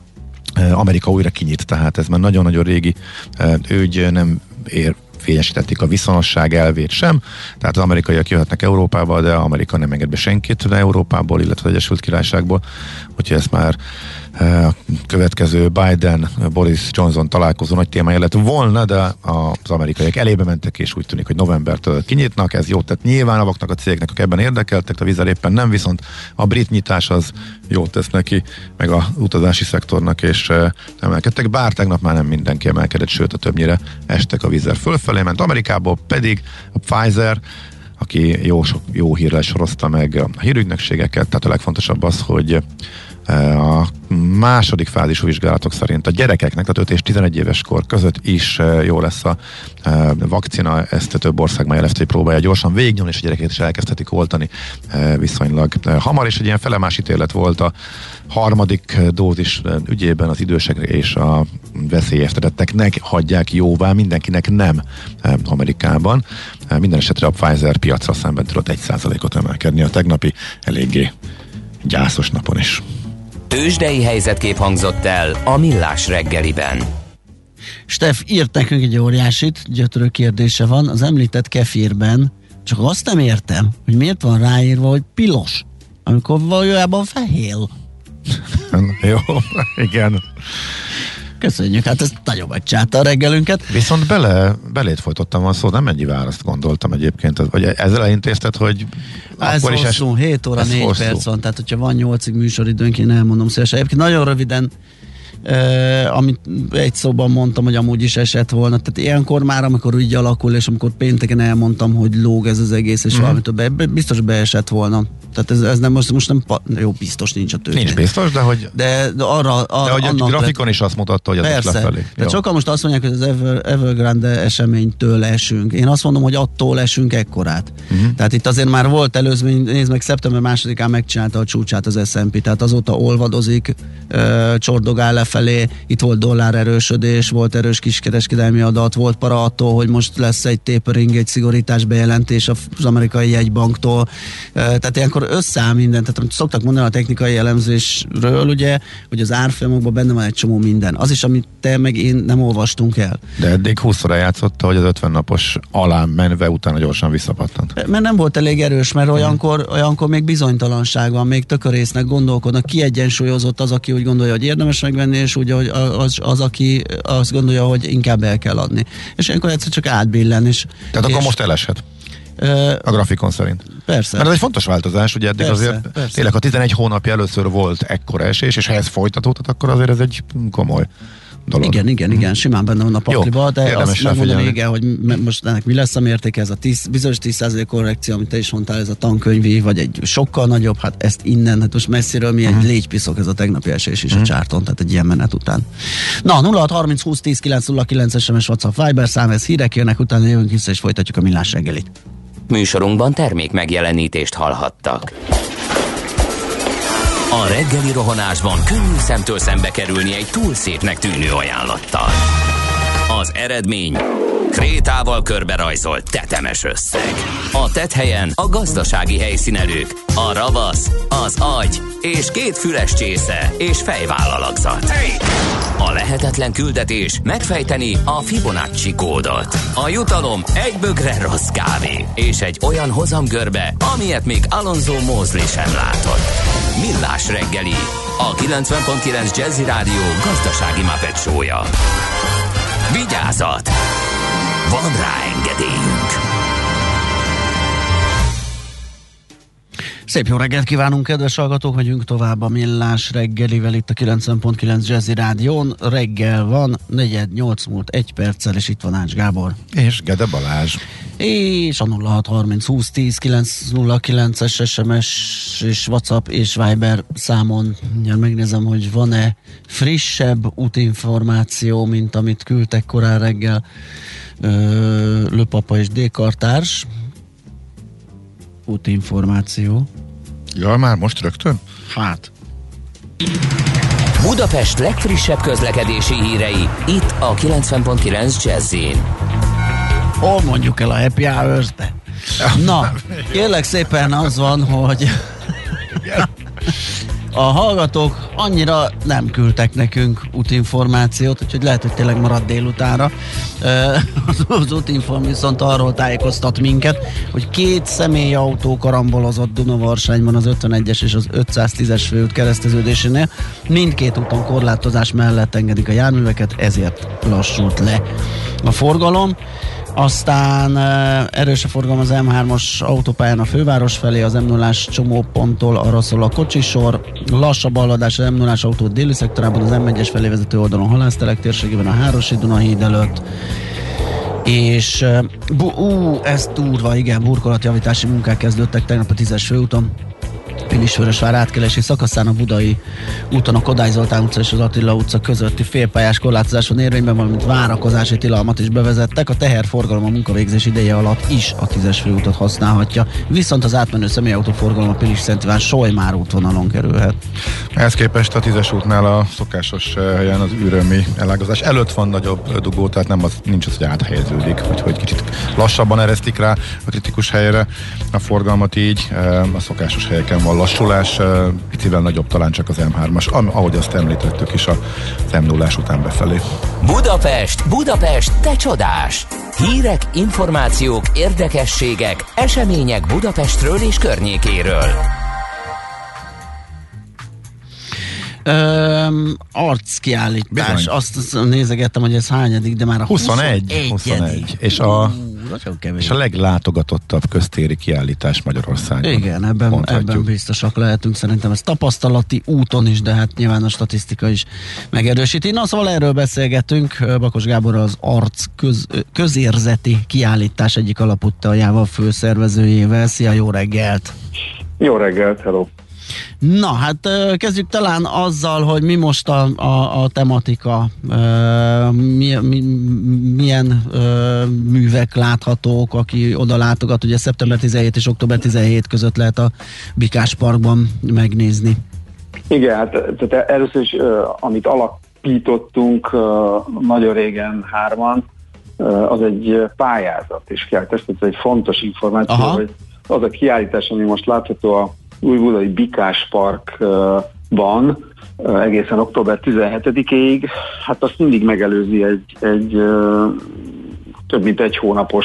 Amerika újra kinyit, tehát ez már nagyon-nagyon régi ügy, nem ér fényesítették a viszonosság elvét sem, tehát az amerikaiak jöhetnek Európába, de Amerika nem enged be senkit Európából, illetve az Egyesült Királyságból, úgyhogy ezt már a következő Biden-Boris Johnson találkozó nagy témája lett volna, de az amerikaiak elébe mentek, és úgy tűnik, hogy novembertől kinyitnak, ez jót tett nyilván avaknak a cégeknek, akik ebben érdekeltek, a Wizz éppen nem, viszont a brit nyitás az jót tesz neki, meg a utazási szektornak, és emelkedtek, bár tegnap már nem mindenki emelkedett, sőt a többnyire estek a Wizz Air fölfelé, ment Amerikából pedig a Pfizer, aki jó, sok, jó hírrel sorozta meg a hírügynökségeket, tehát a legfontosabb az, hogy a második fázisú vizsgálatok szerint a gyerekeknek, tehát öt és tizenegy éves kor között is jó lesz a vakcina, ezt több ország már jelezte, hogy próbálja gyorsan végignyomni, és a gyerekeket is elkezdhetik oltani viszonylag hamar, és egy ilyen felemás ítélet volt a harmadik dózis ügyében, az idősek és a veszélyeztetetteknek hagyják jóvá, mindenkinek nem Amerikában. Minden esetre a Pfizer piacra szemben tudott egy százalékot emelkedni a tegnapi eléggé gyászos napon is. Tőzsdei helyzetkép hangzott el a Millás reggeliben. Steff írt nekünk egy óriásit, gyötrő kérdése van. Az említett kefirben csak azt nem értem, hogy miért van ráírva, hogy pilos, amikor valójában fehér. Jó, igen. Köszönjük, hát ez nagyon megcsátta a reggelünket. Viszont bele, belét folytottam a szót, nem egy választ gondoltam egyébként, vagy ezzel elintézted, hogy ez akkor hosszú, is hét óra négy perc van, tehát hogyha van nyolcig műsoridőnk, én elmondom szívesen. Egyébként nagyon röviden, Uh, amit egy szóban mondtam, hogy amúgy is esett volna. Tehát ilyenkor már, amikor úgy alakul, és amikor pénteken elmondtam, hogy lóg ez az egész, és mm. valamitől be, biztos beesett volna. Tehát ez, ez nem, most, most nem, jó, biztos nincs a tőzsdén. Nincs biztos, de hogy de, de arra, arra de hogy a grafikon lett, is azt mutatta, hogy az persze, is lefelé. Tehát sokan most azt mondják, hogy az Ever, Evergrande eseménytől esünk. Én azt mondom, hogy attól esünk ekkorát. Mm. Tehát itt azért már volt előzmény, nézd meg, szeptember másodikán megcsinálta a csúcsát az es and pé, tehát azóta olvadozik, uh, csordogál lefelé, itt volt dollár erősödés, volt erős kiskereskedelmi adat, volt para attól, hogy most lesz egy tapering, egy szigorítás bejelentés az amerikai jegybanktól. Uh, tehát ilyenkor összeáll minden, tehát amit szoktak mondani a technikai elemzésről, ugye, hogy az árfolyamokban benne van egy csomó minden. Az is, amit te meg én nem olvastunk el. De eddig húszszor eljátszotta, hogy az ötven napos alá menve utána gyorsan visszapattant. Mert nem volt elég erős, mert olyankor, olyankor még bizonytalanság van, még tökörésznek gondolkodnak, kiegyensúlyozott az, aki úgy gondolja, hogy érdemes megvenni, és úgy, hogy az, az, aki azt gondolja, hogy inkább el kell adni. És ilyenkor egyszer csak átbillen. És, Tehát és akkor most eleshet. A grafikon szerint. Persze. Mert ez egy fontos változás, ugye eddig persze, azért persze. Tényleg a tizenegy hónapja először volt ekkora esés, és ha ez folytatódott, akkor azért ez egy komoly dolog. Igen, igen, hmm. igen, simán benne van a pakliba, de azt megmondom igen, hogy most ennek mi lesz a mértéke, ez a tíz, bizonyos tíz százalék korrekció, amit te is mondtál, ez a tankönyvi, vagy egy sokkal nagyobb, hát ezt innen, hát most messziről mi egy hmm. légypiszok ez a tegnapi esés is hmm. a csárton, tehát egy ilyen menet után. Na, nulla hat harminc húsz tíz kilenc nulla kilenc es em es WhatsApp Viber szám, ez hírek jönnek, utána jövünk vissza és folytatjuk a Millás reggelit. Műsorunkban termék megjelenítést hallhattak. A reggeli rohanásban könnyű szemtől szembe kerülni egy túl szépnek tűnő ajánlattal. Az eredmény krétával körberajzolt tetemes összeg. A tetthelyen a gazdasági helyszínelők, a ravasz, az agy és két füles csésze és fejvállalakzat. A lehetetlen küldetés megfejteni a Fibonacci kódot. A jutalom egy bögre rossz kávé és egy olyan hozamgörbe, amilyet még Alonso Mosley sem látott. Millás reggeli, a kilencven pont kilenc Jazzy Rádió gazdasági Muppet show-ja. Vigyázat! Van rá engedélyünk! Szép jó reggelt kívánunk, kedves hallgatók, megyünk tovább a Millás reggelivel itt a kilencven pont kilenc Jazzy Rádión. Reggel van, negyed nyolc múlt egy perccel, és itt van Ács Gábor. És Gede Balázs. És a nulla hat harminc húsz tíz kilenc nulla kilences es em es és WhatsApp és Viber számon. Ja, megnézem, hogy van-e frissebb útinformáció, mint amit küldtek korán reggel Lőpapa és D-kartárs. Útinformáció. Ja, már most rögtön? Hát. Budapest legfrissebb közlekedési hírei, itt a kilencven pont kilenc Jazzyn. Hol mondjuk el a Happy Hours-be? Na, kérlek szépen az van, hogy A hallgatók annyira nem küldtek nekünk útinformációt, úgyhogy lehet, hogy tényleg marad délutánra. Az, az útinform viszont arról tájékoztat minket, hogy két személyautó karambolozott Dunavarságban az ötvenegyes és az ötszáztízes főút kereszteződésénél. Mindkét úton korlátozás mellett engedik a járműveket, ezért lassult le a forgalom. Aztán erős a forgalom az em hármas autópályán a főváros felé, az em nullás csomóponttól arra szól a kocsisor, lassabb haladás az em nullás autó déli szektorában, az em egyes felé vezető oldalon Halásztelek térségében a Hárosi Dunahíd előtt, és bu- ú, ez durva, igen, burkolatjavítási munkák kezdődtek tegnap a tízes főúton. Pilisvörösvár átkelési szakaszán a Budai úton a Kodály Zoltán utca és az Attila utca közötti félpályás korlátozáson érvényben, valamint várakozási tilalmat is bevezettek. A teherforgalom a munkavégzés ideje alatt is a tízes főútot használhatja, viszont az átmenő személyautóforgalom a Pilis-Szent Iván Solymár útvonalon kerülhet. Ehhez képest a tízes útnál a szokásos helyen az űrömi elágazás előtt van nagyobb dugó, tehát nem az, nincs az, hogy áthelyeződik, hogy, hogy kicsit lassabban eresztik rá a kritikus helyre a forgalmat, így a szokásos helyeken van lassulás, picivel nagyobb talán csak az em hármas, ahogy azt említettük is az em nullás után befelé. Budapest, Budapest, te csodás! Hírek, információk, érdekességek, események Budapestről és környékéről. Öm, arckiállítás. Bizony. Azt, azt nézegettem, hogy ez hányadik, de már a huszonegy. huszonegy. És a, és a leglátogatottabb köztéri kiállítás Magyarországon. Igen, ebben, ebben biztosak lehetünk. Szerintem ez tapasztalati úton is, de hát nyilván a statisztika is megerősíti. Na, szóval erről beszélgetünk. Bakos Gábor az Arc köz, közérzeti kiállítás egyik alapítójával, főszervezőjével. Szia, jó reggelt! Jó reggelt, hello! Na, hát kezdjük talán azzal, hogy mi most a, a, a tematika, mi, mi, milyen művek láthatók, aki oda látogat, ugye szeptember tizenhét és október tizenhét között lehet a Bikás Parkban megnézni. Igen, hát tehát először is, amit alapítottunk nagyon régen hárman, az egy pályázat és kiállítás, tehát egy fontos információ, aha, hogy az a kiállítás, ami most látható a Újbudai Bikás Parkban egészen október tizenhetedikéig, hát azt mindig megelőzi egy, egy több mint egy hónapos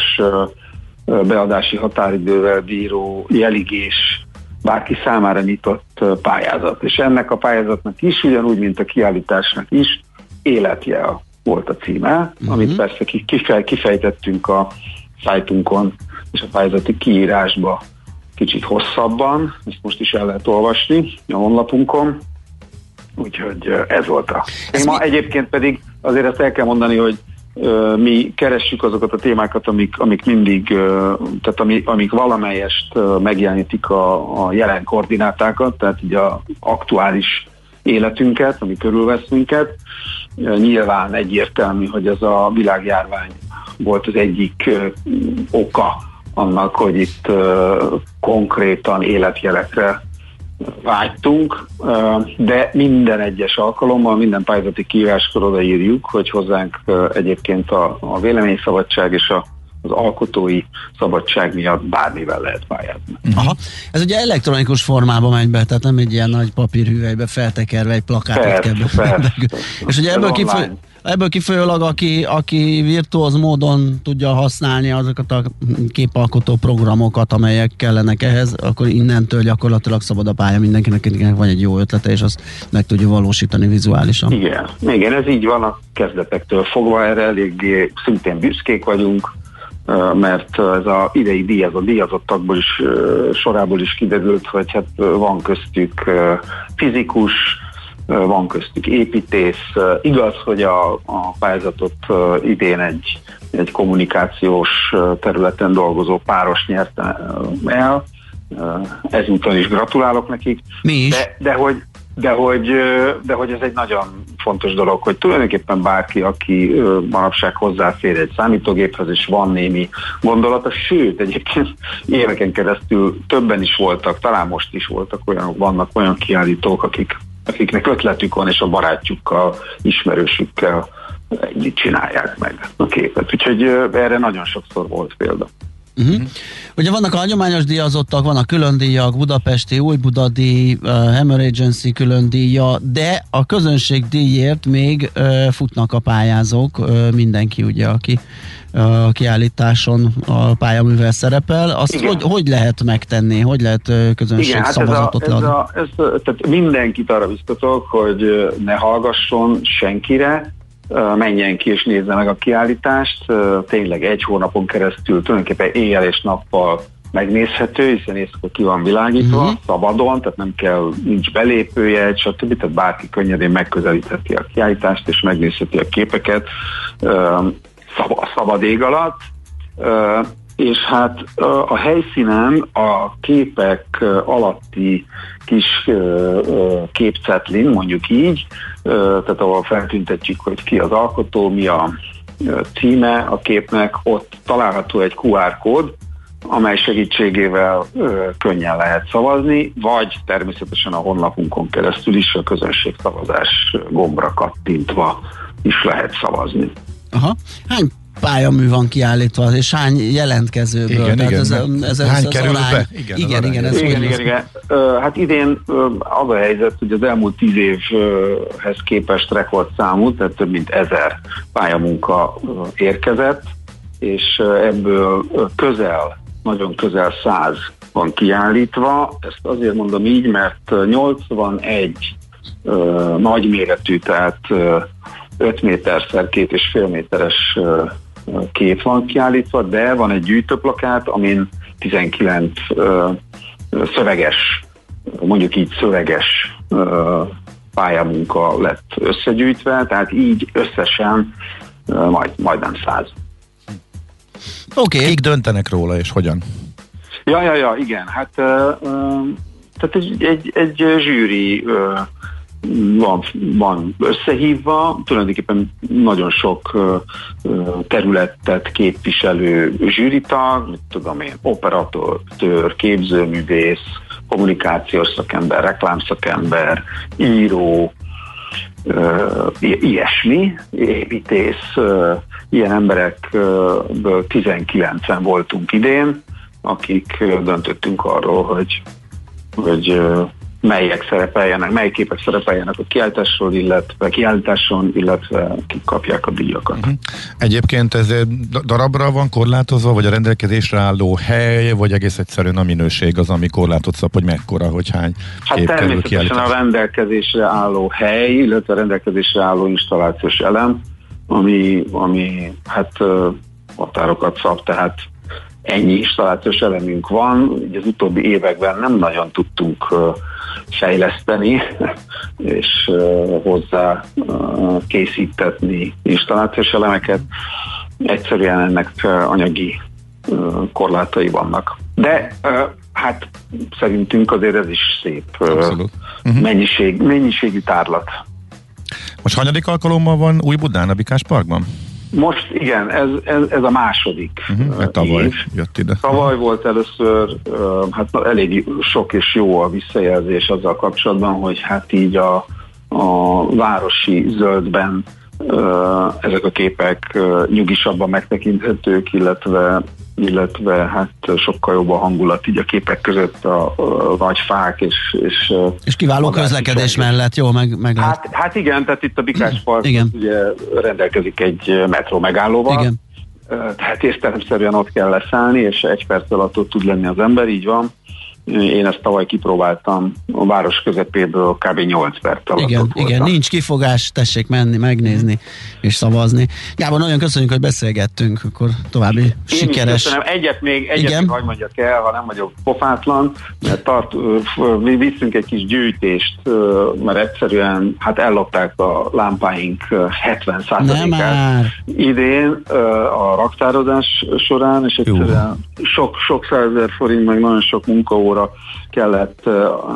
beadási határidővel bíró jeligés, bárki számára nyitott pályázat. És ennek a pályázatnak is, ugyanúgy, mint a kiállításnak is, életjel volt a címe, uh-huh. amit persze kifej, kifejtettünk a szájtunkon és a pályázati kiírásba kicsit hosszabban, ezt most is el lehet olvasni a honlapunkon, úgyhogy ez volt a téma. Egyébként pedig azért ezt el kell mondani, hogy uh, mi keressük azokat a témákat, amik, amik mindig, uh, tehát ami, amik valamelyest uh, megjelenítik a, a jelen koordinátákat, tehát így a aktuális életünket, ami körülvesz minket. Uh, nyilván egyértelmű, hogy ez a világjárvány volt az egyik uh, oka annak, hogy itt uh, konkrétan életjelekre vágytunk, uh, de minden egyes alkalommal, minden pályázati kíváskor odaírjuk, hogy hozzánk uh, egyébként a, a véleményszabadság és a, az alkotói szabadság miatt bármivel lehet pályázni. Aha. Ez ugye elektronikus formában megy be, tehát nem egy ilyen nagy papírhüvelybe feltekerve egy plakátot persze, kell be. Persze, és ugye ebből kifő... Ebből kifolyólag, aki, aki virtuóz módon tudja használni azokat a képalkotó programokat, amelyek kellenek ehhez, akkor innentől gyakorlatilag szabad a pálya mindenkinek, akinek van egy jó ötlete, és azt meg tudja valósítani vizuálisan. Igen, igen, ez így van a kezdetektől fogva, erre eléggé szintén büszkék vagyunk, mert ez az idei díjaz, a díjazottakból is, sorából is kiderült, hogy hát van köztük fizikus, van köztük építész. Igaz, hogy a, a pályázatot idén egy, egy kommunikációs területen dolgozó páros nyerte el. Ezúton is gratulálok nekik. Mi is? De, de, hogy, de, hogy, de hogy ez egy nagyon fontos dolog, hogy tulajdonképpen bárki, aki manapság hozzáfér egy számítógéphez, és van némi gondolata, sőt, egyébként éveken keresztül többen is voltak, talán most is voltak olyan, vannak olyan kiállítók, akik akiknek ötletük van, és a barátjukkal, ismerősükkel együtt csinálják meg a képet. Úgyhogy erre nagyon sokszor volt példa. Uh-huh. Uh-huh. Ugye vannak a hagyományos díjazottak, vannak külön díjak, budapesti, új-budadi, uh, Hammer Agency külön díja, de a közönség díjért még uh, futnak a pályázók, uh, mindenki ugye, aki a kiállításon a pályaművel szerepel. Azt hogy, hogy lehet megtenni? Hogy lehet közönség Igen, szavazatot hát ez a, ez a, ez, tehát mindenkit arra biztatok, hogy ne hallgasson senkire, menjen ki és nézze meg a kiállítást. Tényleg egy hónapon keresztül tulajdonképpen éjjel és nappal megnézhető, hiszen éjszaka ki van világítva, uh-huh. szabadon, tehát nem kell, nincs belépőjegy, stb. Tehát bárki könnyedén megközelítheti a kiállítást és megnézheti a képeket a szabad ég alatt, és hát a helyszínen a képek alatti kis képcetlin, mondjuk így, tehát ahol feltüntetjük, hogy ki az alkotó, mi a címe a képnek, ott található egy kú ár kód, amely segítségével könnyen lehet szavazni, vagy természetesen a honlapunkon keresztül is a közönségszavazás gombra kattintva is lehet szavazni. Aha. Hány pályamű van kiállítva, és hány jelentkezőből? Igen, Tehát igen. Ez, ez, ez, hány ez kerül arány... be? Igen, igen, igen, ez igen, igen, igen. Uh, hát idén uh, az a helyzet, hogy az elmúlt tíz évhez képest rekordszámú, tehát több mint ezer pályamunka uh, érkezett, és uh, ebből uh, közel, nagyon közel száz van kiállítva. Ezt azért mondom így, mert nyolcvanegy uh, nagyméretű, tehát uh, öt méterszer két és fél méteres kép van kiállítva, de van egy gyűjtőplakát, amin tizenkilenc uh, szöveges, mondjuk így szöveges uh, pályamunka lett összegyűjtve, tehát így összesen uh, majd, majdnem száz. Oké. Okay. Kik döntenek róla, és hogyan? Ja, ja, ja, igen. Hát uh, uh, tehát egy, egy, egy zsűri uh, Van, van összehívva, tulajdonképpen nagyon sok uh, területet képviselő zsűritag, mit tudom én, operatőr, képzőművész, kommunikációs szakember, reklámszakember, író, uh, ilyesmi, építész, uh, ilyen emberekből tizenkilencen voltunk idén, akik döntöttünk arról, hogy, hogy uh, melyek szerepeljenek, mely képek szerepeljenek a kiállításról, illetve kiállításon, illetve kik kapják a díjakat. Uh-huh. Egyébként ez darabra van korlátozva, vagy a rendelkezésre álló hely, vagy egész egyszerűen a minőség az, ami korlátot szab, hogy mekkora, hogy hány hát kép kerül kiállításra? Hát természetesen a rendelkezésre álló hely, illetve a rendelkezésre álló installációs elem, ami, ami hát határokat szab, tehát ennyi installációs elemünk van, így az utóbbi években nem nagyon tudtunk uh, fejleszteni és uh, hozzá uh, készítetni installációs elemeket. Egyszerűen ennek uh, anyagi uh, korlátai vannak. De uh, hát szerintünk azért ez is szép uh, uh-huh. mennyiség, mennyiségű tárlat. Most hanyadik alkalommal van Újbudán a Bikás Parkban? Most igen, ez, ez, ez a második uh-huh, mert tavaly év. Jött ide. Tavaly volt először, hát elég sok és jó a visszajelzés azzal kapcsolatban, hogy hát így a, a városi zöldben ezek a képek nyugisabban megtekinthetők, illetve illetve hát sokkal jobb a hangulat így a képek között, a, a nagy fák és... És, és kiváló közlekedés mellett, jó, meg, meg hát, hát igen, tehát itt a Bikás Park ugye rendelkezik egy metró megállóval, igen. Tehát értelemszerűen ott kell leszállni, és egy perc alatt ott tud lenni az ember, így van. Én ezt tavaly kipróbáltam a város közepéből kb. nyolc perc alatt. Igen, igen, nincs kifogás, tessék menni, megnézni és szavazni. Gábor, nagyon köszönjük, hogy beszélgettünk, akkor további Én sikeres... Köszönöm. Egyet még, egyet még hagy mondjak el, ha nem vagyok pofátlan, mert tart, mi viszünk egy kis gyűjtést, mert egyszerűen hát ellopták a lámpáink hetven százalékát idén a raktározás során, és egyszerűen sok, sok százezer forint, meg nagyon sok munkaóra kellett,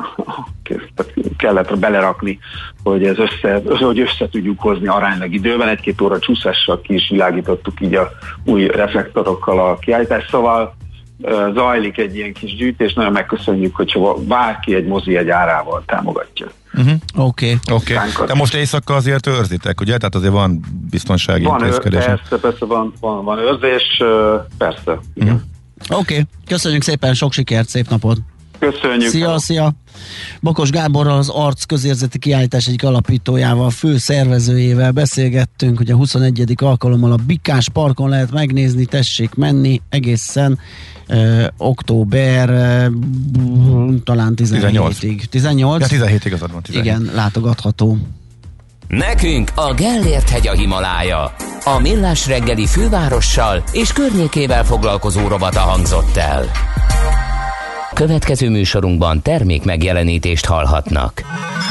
kellett belerakni, hogy ez össze, hogy össze tudjuk hozni aránylag időben. Egy-két óra csúszással ki is világítottuk így a új reflektorokkal a kiállítást, szóval zajlik egy ilyen kis gyűjtés, nagyon megköszönjük, hogyha bárki egy mozi egy árával támogatja. Uh-huh. Oké, okay. okay. De most éjszaka azért őrzitek, ugye? Tehát azért van biztonsági van intézkedés. Persze, persze van, van, van őrzés, persze. Igen. Uh-huh. Oké, okay. Köszönjük szépen, sok sikert, szép napot! Köszönjük! Szia, szia! Bokos Gáborral, az Arc közérzeti kiállítás egyik alapítójával, fő szervezőjével beszélgettünk, hogy a huszonegyedik alkalommal a Bikás parkon lehet megnézni, tessék menni egészen ö, október ö, talán tizenhétig. tizennyolc? Ja, tizenhét igazad van. tizenhét. Igen, látogatható. Nekünk a Gellért hegy a Himalája. A Millás reggeli fővárossal és környékével foglalkozó rovata hangzott el. Következő műsorunkban termék megjelenítést hallhatnak.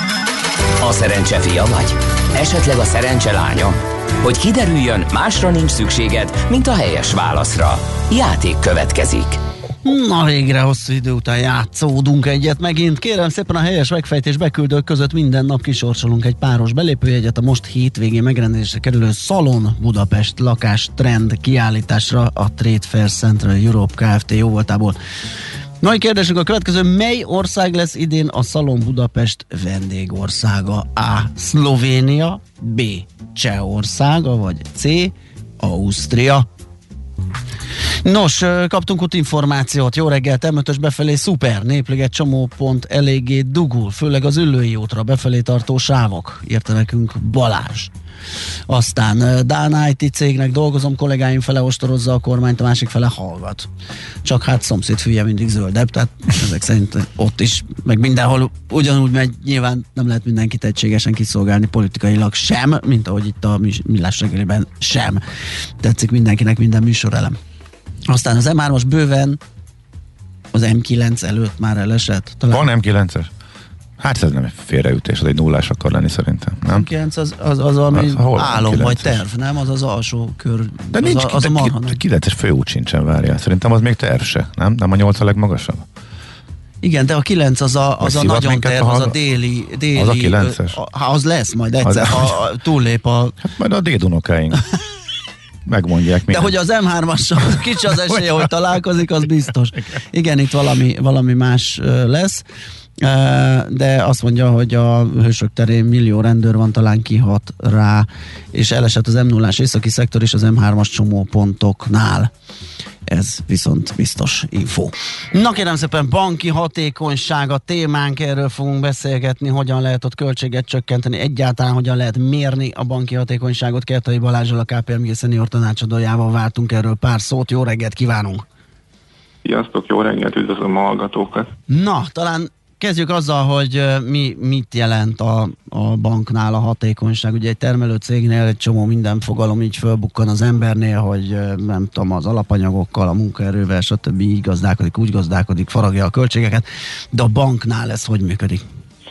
A szerencse fia vagy? Esetleg a szerencse lánya? Hogy kiderüljön, másra nincs szükséged, mint a helyes válaszra. Játék következik. Na végre hosszú idő után játszódunk egyet megint. Kérem szépen, a helyes megfejtés beküldők között minden nap kisorsolunk egy páros belépőjegyet a most hétvégén megrendezésre kerülő Szalon Budapest lakás trend kiállításra a Trade Fair Central Europe Kft. Jóvoltából. Nagy kérdésünk a következő: mely ország lesz idén a Szalon Budapest vendégországa? A. Szlovénia, B. Csehországa, vagy C. Ausztria? Nos, kaptunk ott információt. Jó reggelt, em ötös befelé szuper, Népliget csomópont eléggé dugul, főleg az Üllői útra befelé tartó sávok, írta nekünk Balázs. Aztán Dán i té cégnek dolgozom, kollégáim fele ostorozza a kormányt, a másik fele hallgat. Csak hát szomszéd fülye mindig zöldebb, tehát ezek szerint ott is, meg mindenhol ugyanúgy megy, nyilván nem lehet mindenkit egységesen kiszolgálni politikailag sem, mint ahogy itt a Millás reggeliben sem. Tetszik mindenkinek minden műsorelem. Aztán az em hármas bőven az em kilenc előtt már elesett. Talán... Van em kilences? Hát ez nem egy félreütés, az egy nullás akar lenni szerintem, nem? em kilenc az, az, az ami az, álom vagy terv, nem? Az az alsó kör. De az nincs, a, az de a marha, ki, kilences főút sincsen, várjál. Szerintem az még terv se, nem? Nem a nyolc a legmagasabb? Igen, de a kilenc az a, az a nagyon terv, az a déli, déli... Az a kilences? Az lesz majd egyszer, az, ha túllép a... Hát majd a dédunokáink. Megmondják. De hogy az em hármassal kicsi az esélye, hogy találkozik, az biztos. Igen, itt valami, valami más lesz. De azt mondja, hogy a Hősök terén millió rendőr van, talán kihat rá, és elesett az em nullás északi szektor és az em hármas csomópontoknál. Ez viszont biztos info. Na kérem szépen, banki hatékonyság a témánk, erről fogunk beszélgetni, hogyan lehet ott költséget csökkenteni, egyáltalán hogyan lehet mérni a banki hatékonyságot. Kertai Balázsral, a ká pé em gé szenior tanácsadójával váltunk erről pár szót. Jó reggelt kívánunk! Sziasztok, jó reggelt, üdvözlöm a hallgatókat! Na, talán kezdjük azzal, hogy mi, mit jelent a, a banknál a hatékonyság. Ugye egy termelő cégnél egy csomó minden fogalom így fölbukkan az embernél, hogy nem tudom, az alapanyagokkal, a munkaerővel, stb. Így gazdálkodik, úgy gazdálkodik, faragja a költségeket, de a banknál ez hogy működik?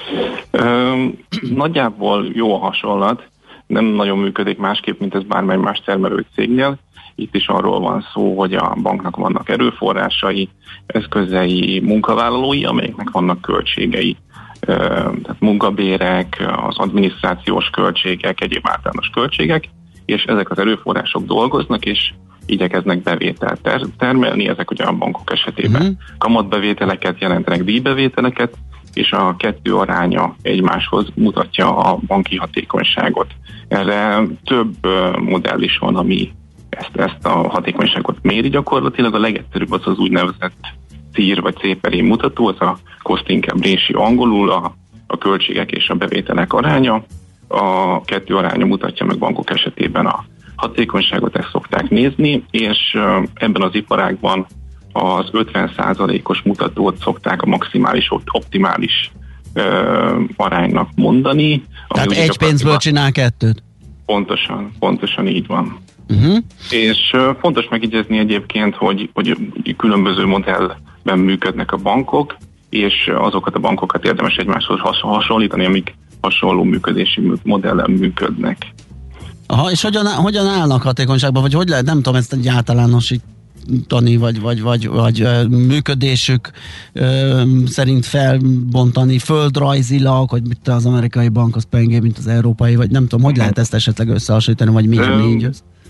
Ö, nagyjából jó a hasonlat, nem nagyon működik másképp, mint ez bármely más termelő cégnél. Itt is arról van szó, hogy a banknak vannak erőforrásai, eszközei, munkavállalói, amelyeknek vannak költségei. Tehát munkabérek, az adminisztrációs költségek, egyéb általános költségek, és ezek az erőforrások dolgoznak, és igyekeznek bevételt ter- termelni, ezek ugye a bankok esetében uh-huh. kamatbevételeket jelentenek, díjbevételeket, és a kettő aránya egymáshoz mutatja a banki hatékonyságot. Erre több modell is van, ami Ezt, ezt a hatékonyságot méri gyakorlatilag. A legegyszerűbb az az úgynevezett cé i er vagy cé per i mutató, az a cost income ratio angolul, a, a költségek és a bevételek aránya. A kettő aránya mutatja meg bankok esetében a hatékonyságot, ezt szokták nézni, és ebben az iparágban az ötven százalékos mutatót szokták a maximális, optimális ö, aránynak mondani. Tehát egy pénzből csinál kettőt? Pontosan, pontosan így van. Uh-huh. És uh, fontos megjegyezni egyébként, hogy, hogy különböző modellben működnek a bankok, és azokat a bankokat érdemes egymáshoz has- hasonlítani, amik hasonló működési modellen működnek. Aha, és hogyan, hogyan állnak hatékonyságban, vagy hogy lehet, nem tudom ezt egy általánosítani, vagy, vagy, vagy, vagy ö, működésük ö, szerint felbontani földrajzilag, hogy mit az amerikai bank az pengé, mint az európai, vagy nem tudom, hogy lehet ezt esetleg összehasonlítani, vagy mérni így?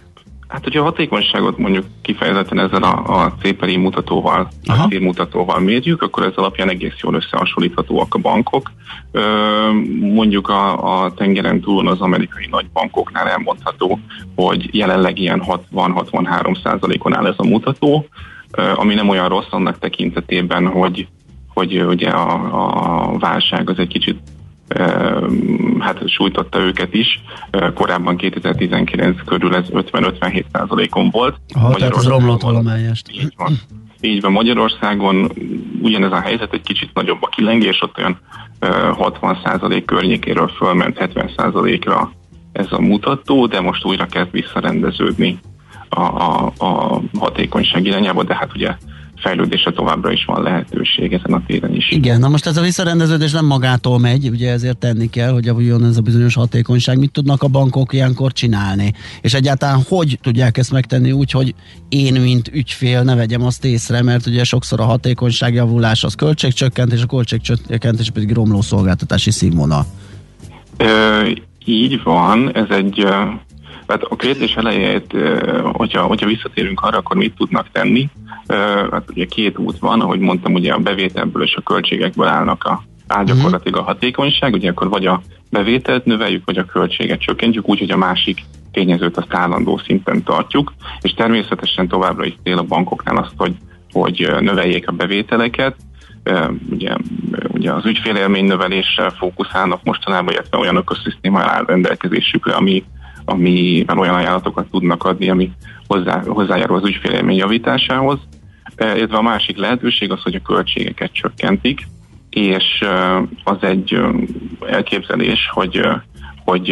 Hát, hogyha a hatékonyságot mondjuk kifejezetten ezzel a, a cé pé er i mutatóval, Aha. a célmutatóval mérjük, akkor ez alapján egész jól összehasonlíthatóak a bankok. Ö, mondjuk a, a tengeren túlon az amerikai nagy bankoknál elmondható, hogy jelenleg ilyen hatvan-hatvanhárom százalékon áll ez a mutató, ö, ami nem olyan rossz annak tekintetében, hogy, hogy ugye a, a válság az egy kicsit hát sújtotta őket is. Korábban kétezer-tizenkilenc körül ez ötven-ötvenhét százalékon volt. Aha, tehát ez romlott valamelyest. Így van. Így van, Magyarországon ugyanez a helyzet, egy kicsit nagyobb a kilengés, ott olyan hatvan százalék környékéről fölment hetven százalékra ez a mutató, de most újra kezd visszarendeződni a, a, a hatékonyság irányába, de hát ugye fejlődésre továbbra is van lehetőség ezen a téren is. Igen, na most ez a visszarendeződés nem magától megy, ugye ezért tenni kell, hogy javuljon ez a bizonyos hatékonyság. Mit tudnak a bankok ilyenkor csinálni? És egyáltalán hogy tudják ezt megtenni úgy, hogy én, mint ügyfél ne vegyem azt észre, mert ugye sokszor a hatékonyság javulás az költségcsökkentés, a költségcsökkentés pedig romló szolgáltatási színvonal. Ö, így van, ez egy... Hát a kérdés elejét, hogyha, hogyha visszatérünk arra, akkor mit tudnak tenni? Hát ugye két út van, ahogy mondtam, ugye a bevételből és a költségekből állnak a, áll gyakorlatilag a hatékonyság, ugye akkor vagy a bevételt növeljük, vagy a költséget csökkentjük, úgy, hogy a másik tényezőt azt állandó szinten tartjuk, és természetesen továbbra is cél a bankoknál azt, hogy, hogy növeljék a bevételeket. Ugye, ugye az ügyfélélmény növeléssel fókuszálnak mostanában, illetve olyan ökoszisztéma áll rendelkezésükre, ami amivel olyan ajánlatokat tudnak adni, ami hozzá, hozzájárul az ügyfélélmény javításához. Illetve a másik lehetőség az, hogy a költségeket csökkentik, és az egy elképzelés, hogy, hogy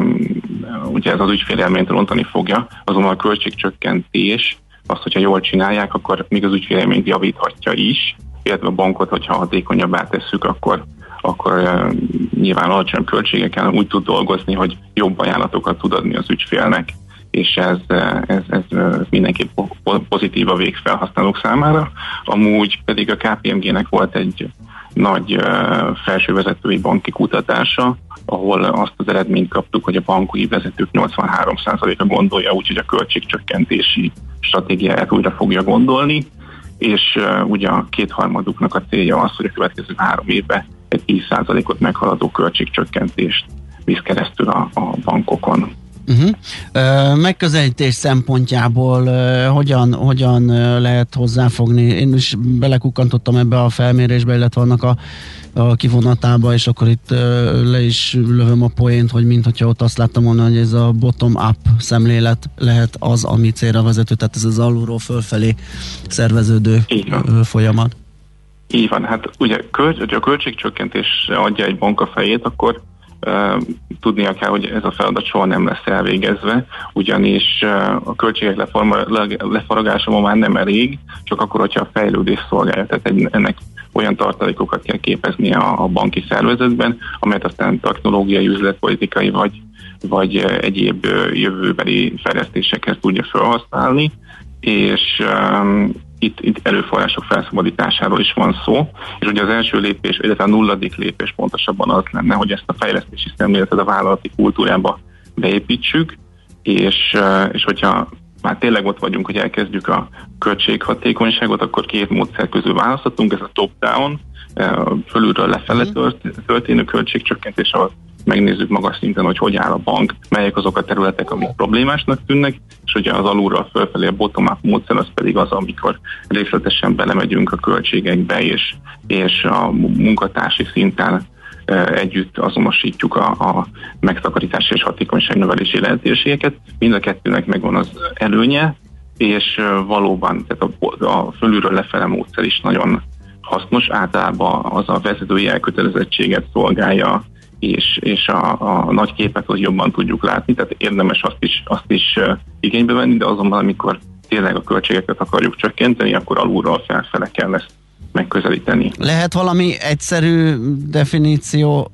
ugye ez az ügyfélélményt rontani fogja, azonban a költségcsökkentés azt, hogyha jól csinálják, akkor még az ügyfélélményt javíthatja is, illetve a bankot, hogyha hatékonyabbá tesszük, akkor akkor uh, nyilván alacsony költségeken úgy tud dolgozni, hogy jobb ajánlatokat tud adni az ügyfélnek, és ez, ez, ez, ez mindenképp pozitív a végfelhasználók számára. Amúgy pedig a ká pé em gé-nek volt egy nagy uh, felsővezetői banki kutatása, ahol azt az eredményt kaptuk, hogy a banki vezetők nyolcvanhárom százaléka gondolja úgy, hogy a költségcsökkentési stratégiáját újra fogja gondolni, és uh, ugye a kétharmaduknak a célja az, hogy a következő három évben egy tíz százalékot meghaladó költségcsökkentést visz keresztül a, a bankokon. Uh-huh. Uh, megközelítés szempontjából uh, hogyan, hogyan uh, lehet hozzáfogni? Én is belekukkantottam ebbe a felmérésbe, illetve annak a, a kivonatába, és akkor itt uh, le is lövöm a poént, hogy minthogyha ott azt láttam volna, hogy ez a bottom-up szemlélet lehet az, ami célra vezető, tehát ez az alulról fölfelé szerveződő uh, folyamat. Így van, hát ugye a költségcsökkentésre adja egy bank a fejét, akkor uh, tudnia kell, hogy ez a feladat soha nem lesz elvégezve, ugyanis uh, a költségek lefaragása ma már nem elég, csak akkor, hogyha a fejlődés szolgálja, tehát egy, ennek olyan tartalékokat kell képeznie a, a banki szervezetben, amelyet aztán technológiai, üzletpolitikai vagy, vagy uh, egyéb uh, jövőbeli fejlesztésekhez tudja felhasználni, és um, Itt, itt erőforrások felszabadításáról is van szó, és ugye az első lépés, illetve a nulladik lépés pontosabban az lenne, hogy ezt a fejlesztési szemléletet a vállalati kultúrába beépítsük, és, és hogyha már tényleg ott vagyunk, hogy elkezdjük a költséghatékonyságot, akkor két módszer közül választhatunk, ez a top-down, fölülről lefele történő költségcsökkentés, ahol megnézzük magas szinten, hogy hogy áll a bank, melyek azok a területek, amik problémásnak tűnnek, és ugye az alulról fölfelé a bottom-up módszer, az pedig az, amikor részletesen belemegyünk a költségekbe, és, és a munkatársi szinten e, együtt azonosítjuk a, a megtakarítási és hatékonyság növelési lehetőségeket. Mind a kettőnek megvan az előnye, és valóban tehát a, a fölülről lefele módszer is nagyon hasznos, általában az a vezetői elkötelezettséget szolgálja, és, és a, a nagy képet az jobban tudjuk látni, tehát érdemes azt is, azt is uh, igénybe venni, de azonban, amikor tényleg a költségeket akarjuk csökkenteni, akkor alulról felfele kell ezt megközelíteni. Lehet valami egyszerű definíció,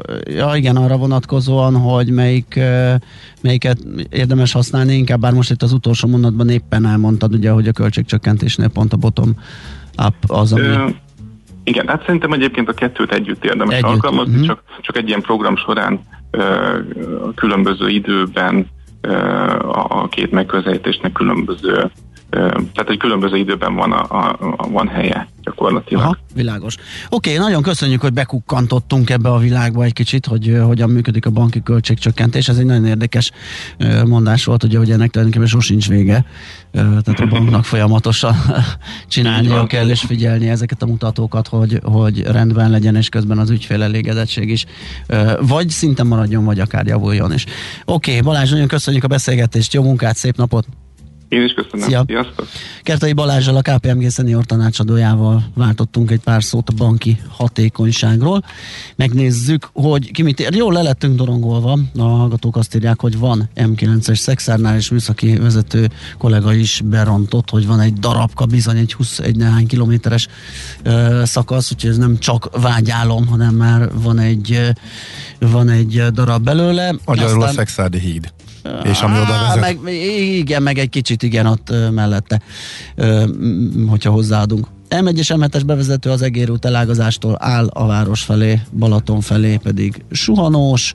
ja igen, arra vonatkozóan, hogy melyik, melyiket érdemes használni, inkább bár most itt az utolsó mondatban éppen elmondtad, ugye, hogy a költségcsökkentésnél pont a bottom up az, ami... Ö, igen, hát szerintem egyébként a kettőt együtt érdemes együtt. alkalmazni, uh-huh. csak, csak egy ilyen program során ö, különböző időben a két megközelítésnek különböző, tehát egy különböző időben van, a, a, van helye gyakorlatilag. Aha, világos. Oké, okay, nagyon köszönjük, hogy bekukkantottunk ebbe a világba egy kicsit, hogy hogyan működik a banki költségcsökkentés. Ez egy nagyon érdekes mondás volt, ugye, hogy ennek tulajdonképpen sosincs vége. Tehát a banknak folyamatosan csinálnia kell és figyelni ezeket a mutatókat, hogy, hogy rendben legyen, és közben az ügyfél elégedettség is vagy szinten maradjon, vagy akár javuljon is. Oké, okay, Balázs, nagyon köszönjük a beszélgetést, jó munkát, szép napot! Én is köszönöm. Szia. Sziasztok! Kertai Balázsral, a ká pé em gé szenior tanácsadójával váltottunk egy pár szót a banki hatékonyságról. Megnézzük, hogy ki mit ér. Jól le lettünk dorongolva. A hallgatók azt írják, hogy van em kilences Szexárnál, és műszaki vezető kollega is berontott, hogy van egy darabka, bizony egy huszonegy néhány kilométeres ö, szakasz, úgyhogy ez nem csak vágyálom, hanem már van egy, van egy darab belőle. Magyarul a Szexárdi híd. És ami oda vezet? Meg, igen, meg egy kicsit igen ott uh, mellette, uh, hogyha hozzáadunk. em egyes em hetes bevezető az Egér út elágazástól áll a város felé, Balaton felé pedig suhanós,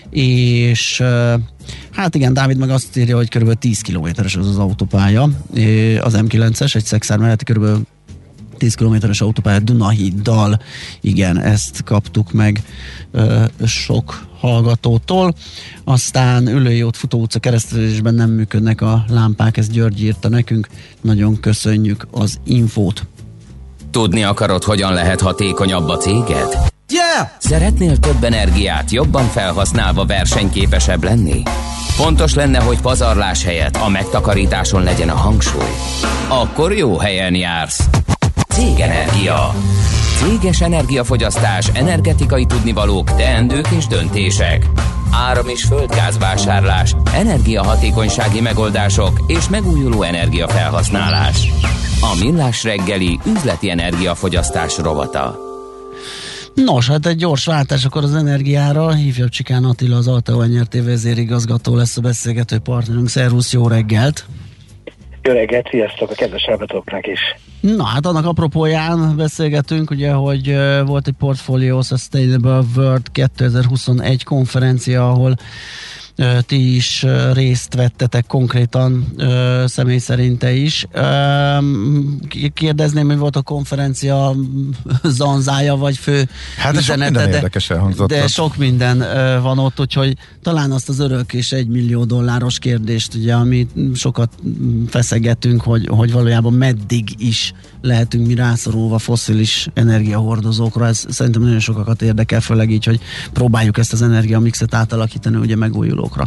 és uh, hát igen, Dávid meg azt írja, hogy kb. tíz kilométeres az az autópálya, az em kilences, egy Szexár melletti kb. tíz kilométeres autópálya Dunahíddal, igen, ezt kaptuk meg uh, sok hallgatótól. Aztán Ülői út, Futó utca keresztezésben nem működnek a lámpák, ezt György írta nekünk. Nagyon köszönjük az infót. Tudni akarod, hogyan lehet hatékonyabb a céged? Yeah! Szeretnél több energiát jobban felhasználva versenyképesebb lenni? Fontos lenne, hogy pazarlás helyett a megtakarításon legyen a hangsúly. Akkor jó helyen jársz. Cégenergia. Céges energiafogyasztás, energetikai tudnivalók, teendők és döntések. Áram- és földgázvásárlás, energiahatékonysági megoldások és megújuló energiafelhasználás. A Millás reggeli üzleti energiafogyasztás rovata. Nos, hát egy gyors váltás akkor az energiára. Hívja Csikán Attila, az Alteo en er té vezérigazgató lesz a beszélgető partnerünk. Szervusz, jó reggelt! Jó reggelt, sziasztok a kedves hallgatóknak is! Na hát annak apropóján beszélgetünk, ugye, hogy uh, volt egy Portfolio Sustainable World kétezer-huszonegy konferencia, ahol uh, ti is uh, részt vettetek konkrétan, uh, személy szerinte is. Uh, kérdezném, hogy volt a konferencia zanzája, vagy fő hát de üzenete, sok minden érdekes elhangzott. De sok minden uh, van ott, úgyhogy talán azt az örök és egy millió dolláros kérdést, ugye, amit sokat feszegetünk, hogy, hogy valójában meddig is lehetünk mi rászorulva fosszilis energiahordozókra. Ez szerintem nagyon sokakat érdekel, főleg így, hogy próbáljuk ezt az energiamixet átalakítani ugye megújulókra.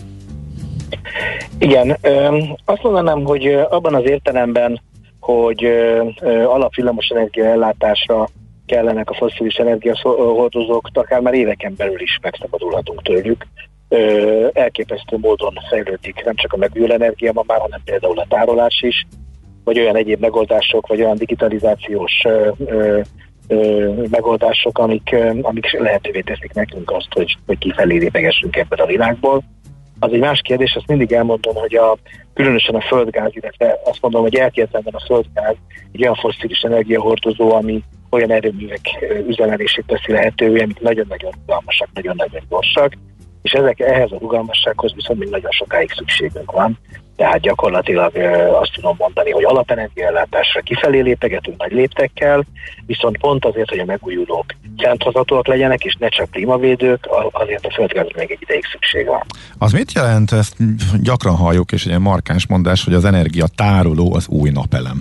Igen, azt mondanám, hogy abban az értelemben, hogy alapvillamos energiaellátásra kellenek a fosszilis energiahordozók, akár már éveken belül is megszabadulhatunk tőlük. Elképesztő módon fejlődik nem csak a megújuló energia ma már, hanem például a tárolás is, vagy olyan egyéb megoldások, vagy olyan digitalizációs ö, ö, ö, megoldások, amik, ö, amik lehetővé teszik nekünk azt, hogy, hogy kifelé lépegessünk ebből a világból. Az egy más kérdés, azt mindig elmondom, hogy a, különösen a földgáz, illetve azt mondom, hogy elképzelhetően a földgáz egy olyan fosszilis energiahordozó, ami olyan erőművek üzemelését teszi lehetővé, amik nagyon-nagyon rugalmasak, nagyon-nagyon gyorsak, és ezek, ehhez a rugalmassághoz viszont még nagyon sokáig szükségünk van. Tehát gyakorlatilag azt tudom mondani, hogy alapenergiaellátásra kifelé lépegetünk nagy léptekkel, viszont pont azért, hogy a megújulók fenntarthatóak legyenek, és ne csak klímavédők, azért a földgázra még egy ideig szükség van. Az mit jelent, ezt gyakran halljuk, és egy ilyen markáns mondás, hogy az energia tároló az új napelem?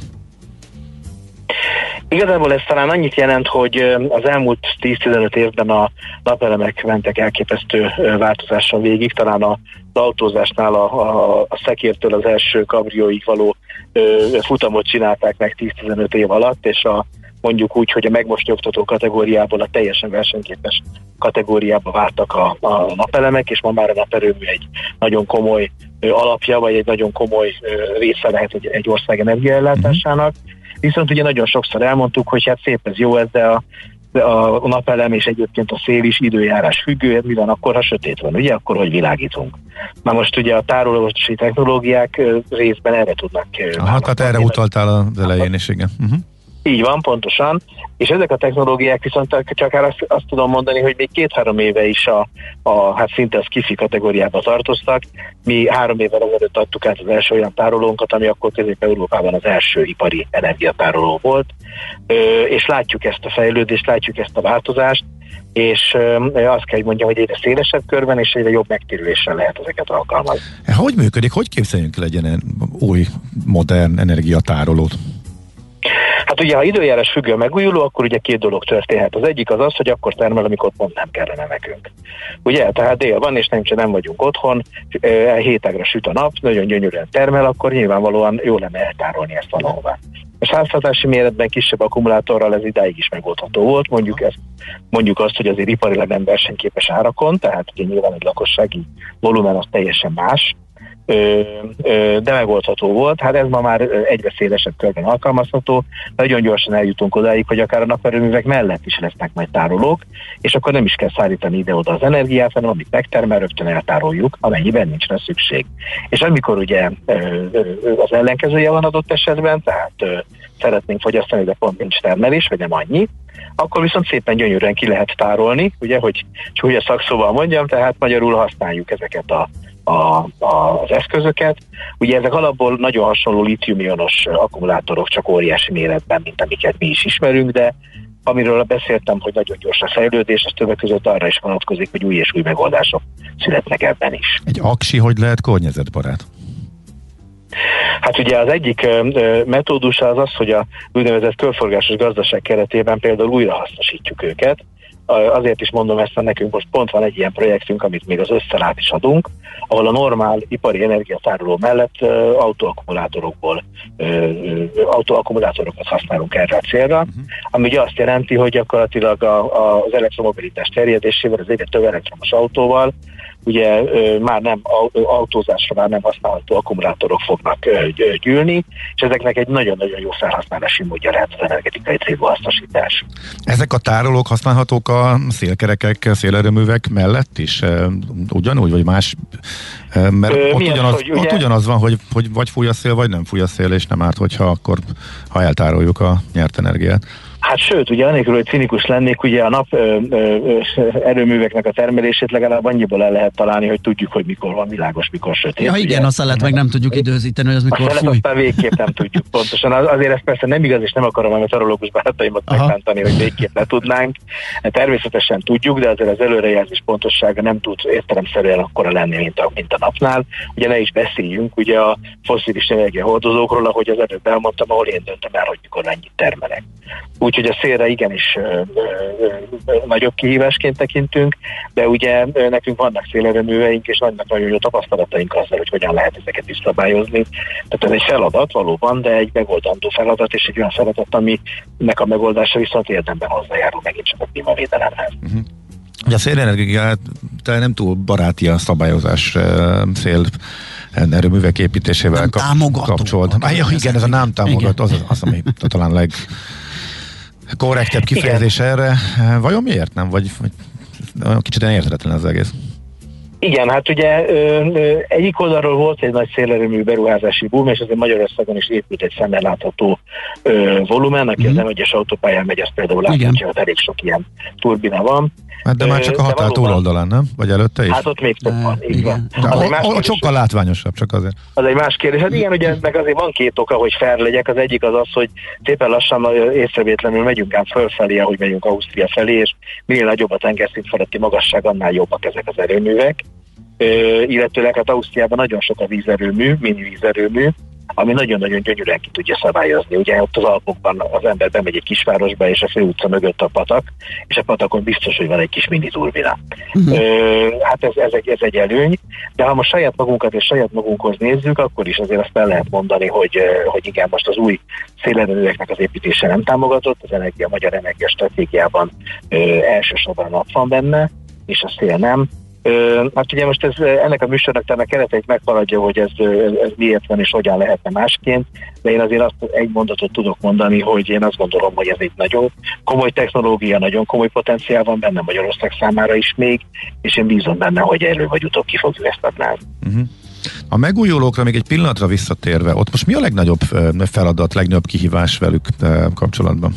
Igazából ez talán annyit jelent, hogy az elmúlt tíz-tizenöt évben a napelemek mentek elképesztő változáson végig, talán az autózásnál a, a, a szekértől az első kabrióig való ö, futamot csinálták meg tíz-tizenöt év alatt, és a, mondjuk úgy, hogy a megmosolyogtató kategóriából a teljesen versenyképes kategóriába váltak a, a napelemek, és ma már a naperőmű egy nagyon komoly ö, alapja, vagy egy nagyon komoly ö, része lehet egy, egy ország energiaellátásának. Viszont ugye nagyon sokszor elmondtuk, hogy hát szép ez jó ez, de a, a napelem és egyébként a szél is időjárás függő, mi van akkor, ha sötét van, ugye, akkor hogy világítunk. Na most ugye a tárolási technológiák részben erre tudnak. Hát, hát erre utaltál az elején is, igen. Uh-huh. Így van, pontosan. És ezek a technológiák viszont csak azt, azt tudom mondani, hogy még két-három éve is a, a hát szinte a skifi kategóriába tartoztak. Mi három évvel ezelőtt adtuk át az első olyan tárolónkat, ami akkor Közép-Európában az első ipari energiatároló volt. Ö, és látjuk ezt a fejlődést, látjuk ezt a változást, és ö, azt kell, hogy mondjam, hogy egyre szélesebb körben és egyre jobb megtérüléssel lehet ezeket alkalmazni. Hogy működik? Hogy képzeljünk el egy ilyen új, modern energiatárolót? Hát ugye, ha időjárás függő a megújuló, akkor ugye két dolog történhet. Az egyik az az, hogy akkor termel, amikor pont nem kellene nekünk. Ugye, tehát dél van, és nem, nem vagyunk otthon, hétágra süt a nap, nagyon gyönyörűen termel, akkor nyilvánvalóan jó lenne eltárolni ezt valahová. A háztartási méretben kisebb akkumulátorral ez idáig is megoldható volt, mondjuk, ezt, mondjuk azt, hogy azért iparilag nem versenyképes árakon, tehát ugye nyilván egy lakossági volumen az teljesen más, Ö, ö, de megoldható volt. Hát ez ma már egyre szélesebb körben alkalmazható. Nagyon gyorsan eljutunk odáig, hogy akár a naperőművek mellett is lesznek majd tárolók, és akkor nem is kell szállítani ide-oda az energiát, hanem amit megtermel, rögtön eltároljuk, amennyiben nincs rá szükség. És amikor ugye ö, ö, az ellenkezője van adott esetben, tehát ö, szeretnénk fogyasztani, de pont nincs termelés, vagy nem annyi, akkor viszont szépen gyönyörűen ki lehet tárolni, ugye, hogy csúnya szakszóval mondjam, tehát magyarul használjuk ezeket a A, a, az eszközöket. Ugye ezek alapból nagyon hasonló lítium-ionos akkumulátorok, csak óriási méretben, mint amiket mi is ismerünk, de amiről beszéltem, hogy nagyon gyors a fejlődés, az többek között arra is vonatkozik, hogy új és új megoldások születnek ebben is. Egy aksi hogy lehet környezetbarát? Hát ugye az egyik ö, metódusa az az, hogy a úgynevezett körforgásos gazdaság keretében például újrahasznosítjuk őket. Azért is mondom ezt, mert nekünk most pont van egy ilyen projektünk, amit még az összel át is adunk, ahol a normál ipari energiatároló mellett uh, autóakkumulátorokból uh, autóakkumulátorokat használunk erre a célra, uh-huh. ami ugye azt jelenti, hogy gyakorlatilag a, a, az elektromobilitás terjedésével, az egyre több elektromos autóval ugye uh, már nem autózásra már nem használható akkumulátorok fognak uh, gyűlni, és ezeknek egy nagyon-nagyon jó felhasználási módja lehet az energetikai célhasznosítás. Ezek a tárolók használhatók a szélkerekek, szélerőművek mellett is? Ugyanúgy, vagy más? Mert Ö, ott, ugyanaz, az, hogy, ott ugye... ugyanaz van, hogy, hogy vagy fúj a szél, vagy nem fúj a szél, és nem árt, hogyha akkor, ha eltároljuk a nyert energiát. Hát sőt, ugye anélkül, hogy cinikus lennék, ugye a nap ö, ö, erőműveknek a termelését legalább annyiból el lehet találni, hogy tudjuk, hogy mikor van világos, mikor sötét. Ja, igen, a szelet meg nem tudjuk időzíteni, hogy az mikor fúj. A szelet aztán végképp nem tudjuk pontosan. Azért ez persze nem igaz, és nem akarom a meteorológus barátaimat megbántani, hogy végképp ne tudnánk. Természetesen tudjuk, de azért az előrejelzés pontossága nem tud értelemszerűen akkora lenni, mint a, mint a napnál. Ugye ne is beszéljünk ugye a fosszilis energiahordozókról, ahogy az előbb elmondtam, ahol én döntöm el, hogy mikor mennyit termelek. Úgyhogy a szélre igenis ö, ö, ö, nagyobb kihívásként tekintünk, de ugye ö, nekünk vannak szélerőműveink, és vannak nagyon jó tapasztalataink azzal, hogy hogyan lehet ezeket is szabályozni. Tehát ez egy feladat valóban, de egy megoldandó feladat, és egy olyan feladat, aminek a megoldása viszont érdemben hozzájárul megint csak a klímavédelemhez. Uh-huh. Ugye a szélenergia nem túl baráti a szabályozás szél erőművek építésével kap- kapcsolt. Ah, ja, igen, ez a nem támogat, az, az ami talán leg korrektebb kifejezés igen. Erre. Vajon miért nem? Vagy, vagy kicsit érthetetlen az egész? Igen, hát ugye ö, ö, egyik oldalról volt egy nagy szélerőmű beruházási boom, és azért Magyarországon is épült egy szemmel látható ö, volumen, aki mm. az em egyes autópályán megy, az például láthatja, hogy elég sok ilyen turbina van. Hát de már csak a határ túloldalán, nem? Vagy előtte is? Hát ott még több van, így van. Ott sokkal látványosabb, csak azért. Az egy más kérdés. Hát igen, ugye meg azért van két oka, hogy fair legyek. Az egyik az az, hogy szépen lassan észrevétlenül megyünk ám fölfelé, ahogy megyünk Ausztria felé, és minél nagyobb a tengerszint feletti magasság, annál jobbak ezek az erőművek. Ö, illetőleg hát Ausztriában nagyon sok a vízerőmű, mini vízerőmű, ami nagyon-nagyon gyönyörűen ki tudja szabályozni. Ugye ott az Alpokban az ember bemegy egy kisvárosba, és a főutca mögött a patak, és a patakon biztos, hogy van egy kis mini turbina. Uh-huh. Ö, hát ez, ez, egy, ez egy előny, de ha most saját magunkat és saját magunkhoz nézzük, akkor is azért azt el lehet mondani, hogy, hogy igen, most az új szélerőműveknek az építése nem támogatott, az energia, a magyar energia stratégiában ö, elsősorban a nap van benne, és a szél nem. Hát ugye most ez, ennek a műsornak talán a kereteit meghaladja, hogy ez, ez miért van és hogyan lehetne másként, de én azért azt egy mondatot tudok mondani, hogy én azt gondolom, hogy ez egy nagyon komoly technológia, nagyon komoly potenciál van benne Magyarország számára is még, és én bízom benne, hogy elő vagy utóbb ki fogjuk ezt adni. Uh-huh. A megújulókra még egy pillanatra visszatérve, ott most mi a legnagyobb feladat, legnagyobb kihívás velük kapcsolatban?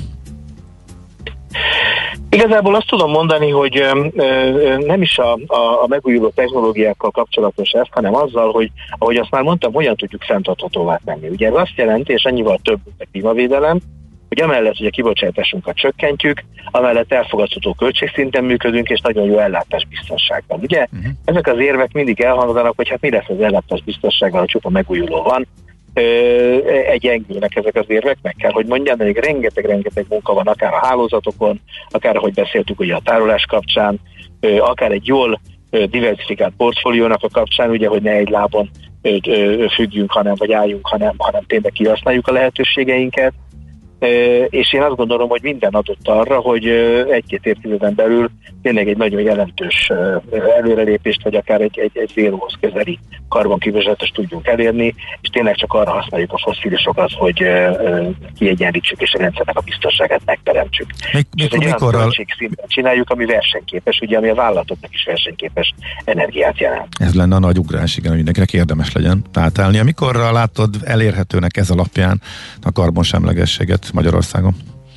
Igazából azt tudom mondani, hogy ö, ö, nem is a, a, a megújuló technológiákkal kapcsolatos ez, hanem azzal, hogy ahogy azt már mondtam, hogyan tudjuk fenntarthatóvá tenni. Ugye ez azt jelenti, és annyival több a klímavédelem, hogy amellett, hogy a kibocsátásunkat csökkentjük, amellett elfogadható költségszinten működünk, és nagyon jó ellátásbiztonságban. Ugye uh-huh. ezek az érvek mindig elhangzanak, hogy hát mi lesz az ellátásbiztonságban, ha csupa megújuló van. Egyengülnek ezek az érvek, meg kell, hogy mondjam, de még rengeteg-rengeteg munka van, akár a hálózatokon, akár ahogy beszéltük ugye a tárolás kapcsán, akár egy jól diversifikált portfóliónak a kapcsán, ugye, hogy ne egy lábon függjünk, hanem vagy álljunk, hanem, hanem tényleg kihasználjuk a lehetőségeinket. És én azt gondolom, hogy minden adott arra, hogy egy-két évtizeden belül tényleg egy nagyon jelentős előrelépést, vagy akár egy, egy, egy zéróhoz közeli karbonkibocsátást tudjunk elérni, és tényleg csak arra használjuk a fosszilisokat, hogy kiegyenlítsük és a rendszernek a biztonságát megteremtsük. Mik, és egy olyan költségszinten csináljuk, ami versenyképes, ugye, ami a vállalatoknak is versenyképes energiát jelent. Ez lenne a nagy ugrás, igen, hogy mindenkinek érdemes legyen átállnia. Mikorra látod elérhetőnek ez alapján a karbonsemlegességet Magyarországon?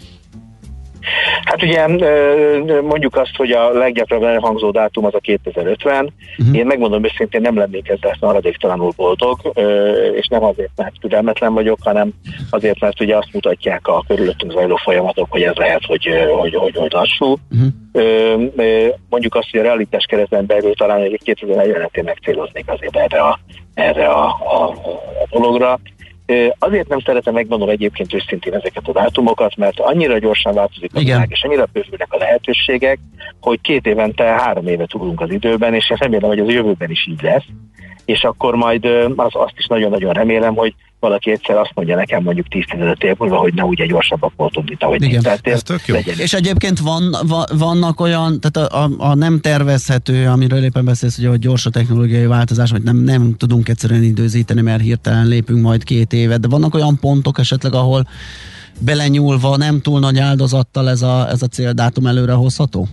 Hát ugye mondjuk azt, hogy a leggyakrabban elhangzó dátum az a kétezer-ötven. Uh-huh. Én megmondom őszintén, nem lennék ezzel maradéktalanul boldog, és nem azért, mert türelmetlen vagyok, hanem azért, mert ugye azt mutatják a körülöttünk zajló folyamatok, hogy ez lehet, hogy, hogy, hogy, hogy lassú. Uh-huh. Mondjuk azt, hogy a realitás keretben belül talán egy kétezer-negyvenöt megcéloznék azért erre a, erre a, a, a dologra. Azért nem szeretem, megmondom egyébként őszintén ezeket a dátumokat, mert annyira gyorsan változik a világ, és annyira bővülnek a lehetőségek, hogy két évente három évet ugrunk az időben, és én remélem, hogy az jövőben is így lesz. És akkor majd az, azt is nagyon-nagyon remélem, hogy valaki egyszer azt mondja nekem mondjuk tíz-tizenöt év múlva, hogy ne ugye gyorsabbak voltunk, mint ahogy igen, ez tök jó. És egyébként van, va, vannak olyan, tehát a, a, a nem tervezhető, amiről éppen beszélsz, ugye, hogy gyors a technológiai változás, hogy nem, nem tudunk egyszerűen időzíteni, mert hirtelen lépünk majd két évet, de vannak olyan pontok esetleg, ahol belenyúlva nem túl nagy áldozattal ez a, ez a céldátum előre hozható?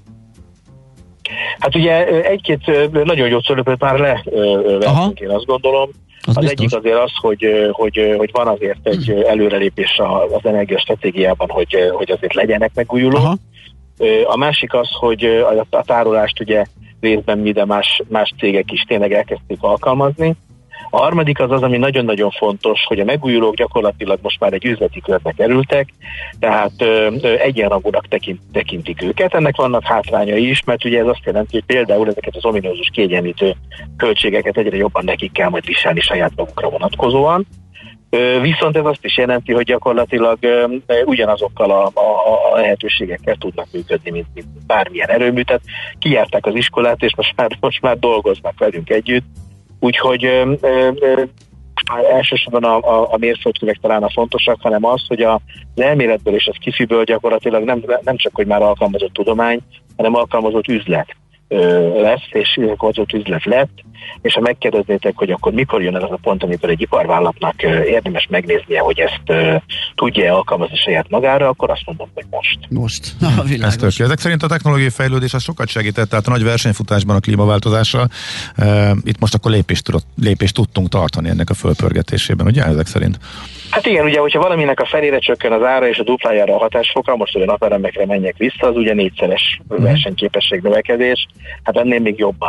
Hát ugye egy-két nagyon jó szöröpöt már levettünk, én azt gondolom. Az, az egyik azért az, hogy, hogy, hogy van azért egy előrelépés az energiastratégiában, hogy, hogy azért legyenek megújulók. Aha. A másik az, hogy a tárolást ugye részben mi, de más, más cégek is tényleg elkezdték alkalmazni. A harmadik az az, ami nagyon-nagyon fontos, hogy a megújulók gyakorlatilag most már egy üzleti körbe kerültek, tehát ö, ö, egyenrangúnak tekint, tekintik őket. Ennek vannak hátrányai is, mert ugye ez azt jelenti, hogy például ezeket az ominózus kiegyenlítő költségeket egyre jobban nekik kell majd viselni saját magukra vonatkozóan. Ö, viszont ez azt is jelenti, hogy gyakorlatilag ö, ugyanazokkal a, a, a lehetőségekkel tudnak működni, mint, mint bármilyen erőmű. Tehát kijárták az iskolát, és most már, most már dolgoznak velünk együtt. Úgyhogy ö, ö, elsősorban a, a, a mérföldkövek talán a fontosak, hanem az, hogy a, az elméletből és az kifiből gyakorlatilag nem, nem csak, hogy már alkalmazott tudomány, hanem alkalmazott üzlet ö, lesz, és alkalmazott üzlet lett, és ha megkérdeznétek, hogy akkor mikor jön ez az a pont, amikor egy iparvállalatnak ö, érdemes megnéznie, hogy ezt ö, tudja alkalmazni saját magára, akkor azt mondom, hogy most. Most. Ezt Ezek szerint a technológiai fejlődés az sokat segített, tehát a nagy versenyfutásban a klímaváltozással. Uh, itt most akkor lépést, tudott, lépést tudtunk tartani ennek a fölpörgetésében, ugye ezek szerint? Hát igen, ugye, hogyha valaminek a felére csökken az ára és a duplájára a hatásfoka, most, hogy a napelemekre menjek vissza, az ugye négyszeres uh-huh. versenyképesség növekedés, hát ennél még jobban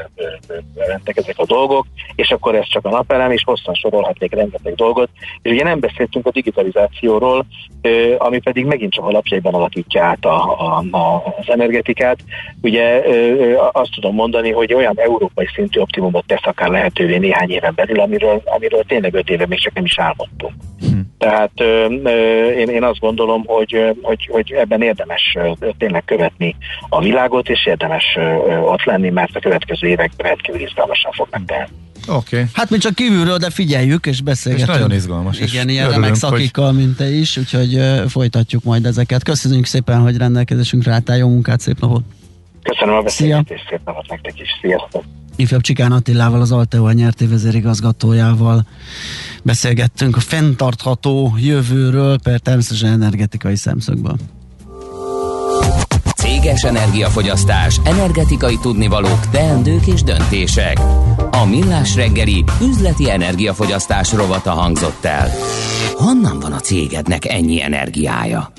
mentek ezek a dolgok, és akkor ez csak a napelem, és hosszan sorolhatnék rengeteg dolgot. És ugye nem beszéltünk a digitalizációról, ami pedig megint csak alapjaiban alakítja át a, a, a, az energetikát. Ugye azt tudom mondani, hogy olyan európai szintű optimumot tesz akár lehetővé néhány éven belül, amiről, amiről tényleg öt éve még csak nem is álmodtunk. Hmm. Tehát én, én azt gondolom, hogy, hogy, hogy ebben érdemes tényleg követni a világot, és érdemes ott lenni, mert a következő években rendkívül izgalmasan fognak tenni. Oké. Okay. Hát mi csak kívülről, de figyeljük és beszélgetünk. És nagyon izgalmas. Igen, ilyen remek szakikkal, hogy... mint te is, úgyhogy uh, folytatjuk majd ezeket. Köszönjük szépen, hogy rendelkezésünkre álltál, jó munkát, szép napot! Köszönöm a beszélgetést, szép napot nektek is, sziasztok! Ifjabb Csikán Attilával, az Alteo er té vezérigazgatójával beszélgettünk a fenntartható jövőről, per természetesen energetikai szemszögből. Céges energiafogyasztás, energetikai tudnivalók, teendők és döntések. A Millás reggeli üzleti energiafogyasztás rovata hangzott el. Honnan van a cégednek ennyi energiája?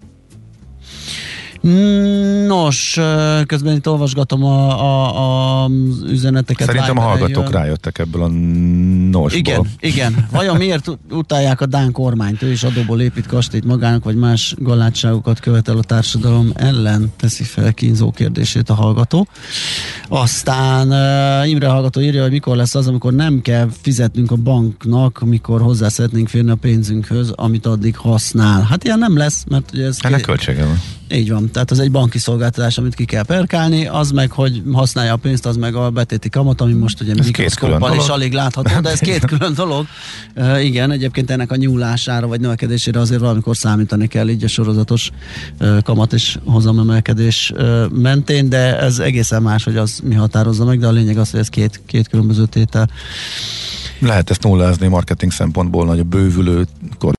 Nos, közben itt olvasgatom a, a, a üzeneteket. Szerintem a hallgatók rájöttek ebből a nosból. Igen, igen. Vajon miért utálják a dán kormányt? Ő is adóból épít kastélyt magának, vagy más galátságokat követel a társadalom ellen? Teszi fel kínzó kérdését a hallgató. Aztán uh, Imre hallgató írja, hogy mikor lesz az, amikor nem kell fizetnünk a banknak, amikor hozzá szeretnénk férni a pénzünkhöz, amit addig használ. Hát ilyen nem lesz, mert ugye ez... Ennek ké... költsége van. Így van, tehát az egy banki szolgáltatás, amit ki kell perkálni, az meg, hogy használja a pénzt, az meg a betéti kamat, ami most ugye mikroszkóppal is alig látható, de ez két külön dolog. Uh, igen, egyébként ennek a nyúlására vagy növekedésére azért valamikor számítani kell így a sorozatos uh, kamat és hozamemelkedés uh, mentén, de ez egészen más, hogy az mi határozza meg, de a lényeg az, hogy ez két, két különböző tétel. Lehet ezt nullázni marketing szempontból, nagy a bővülő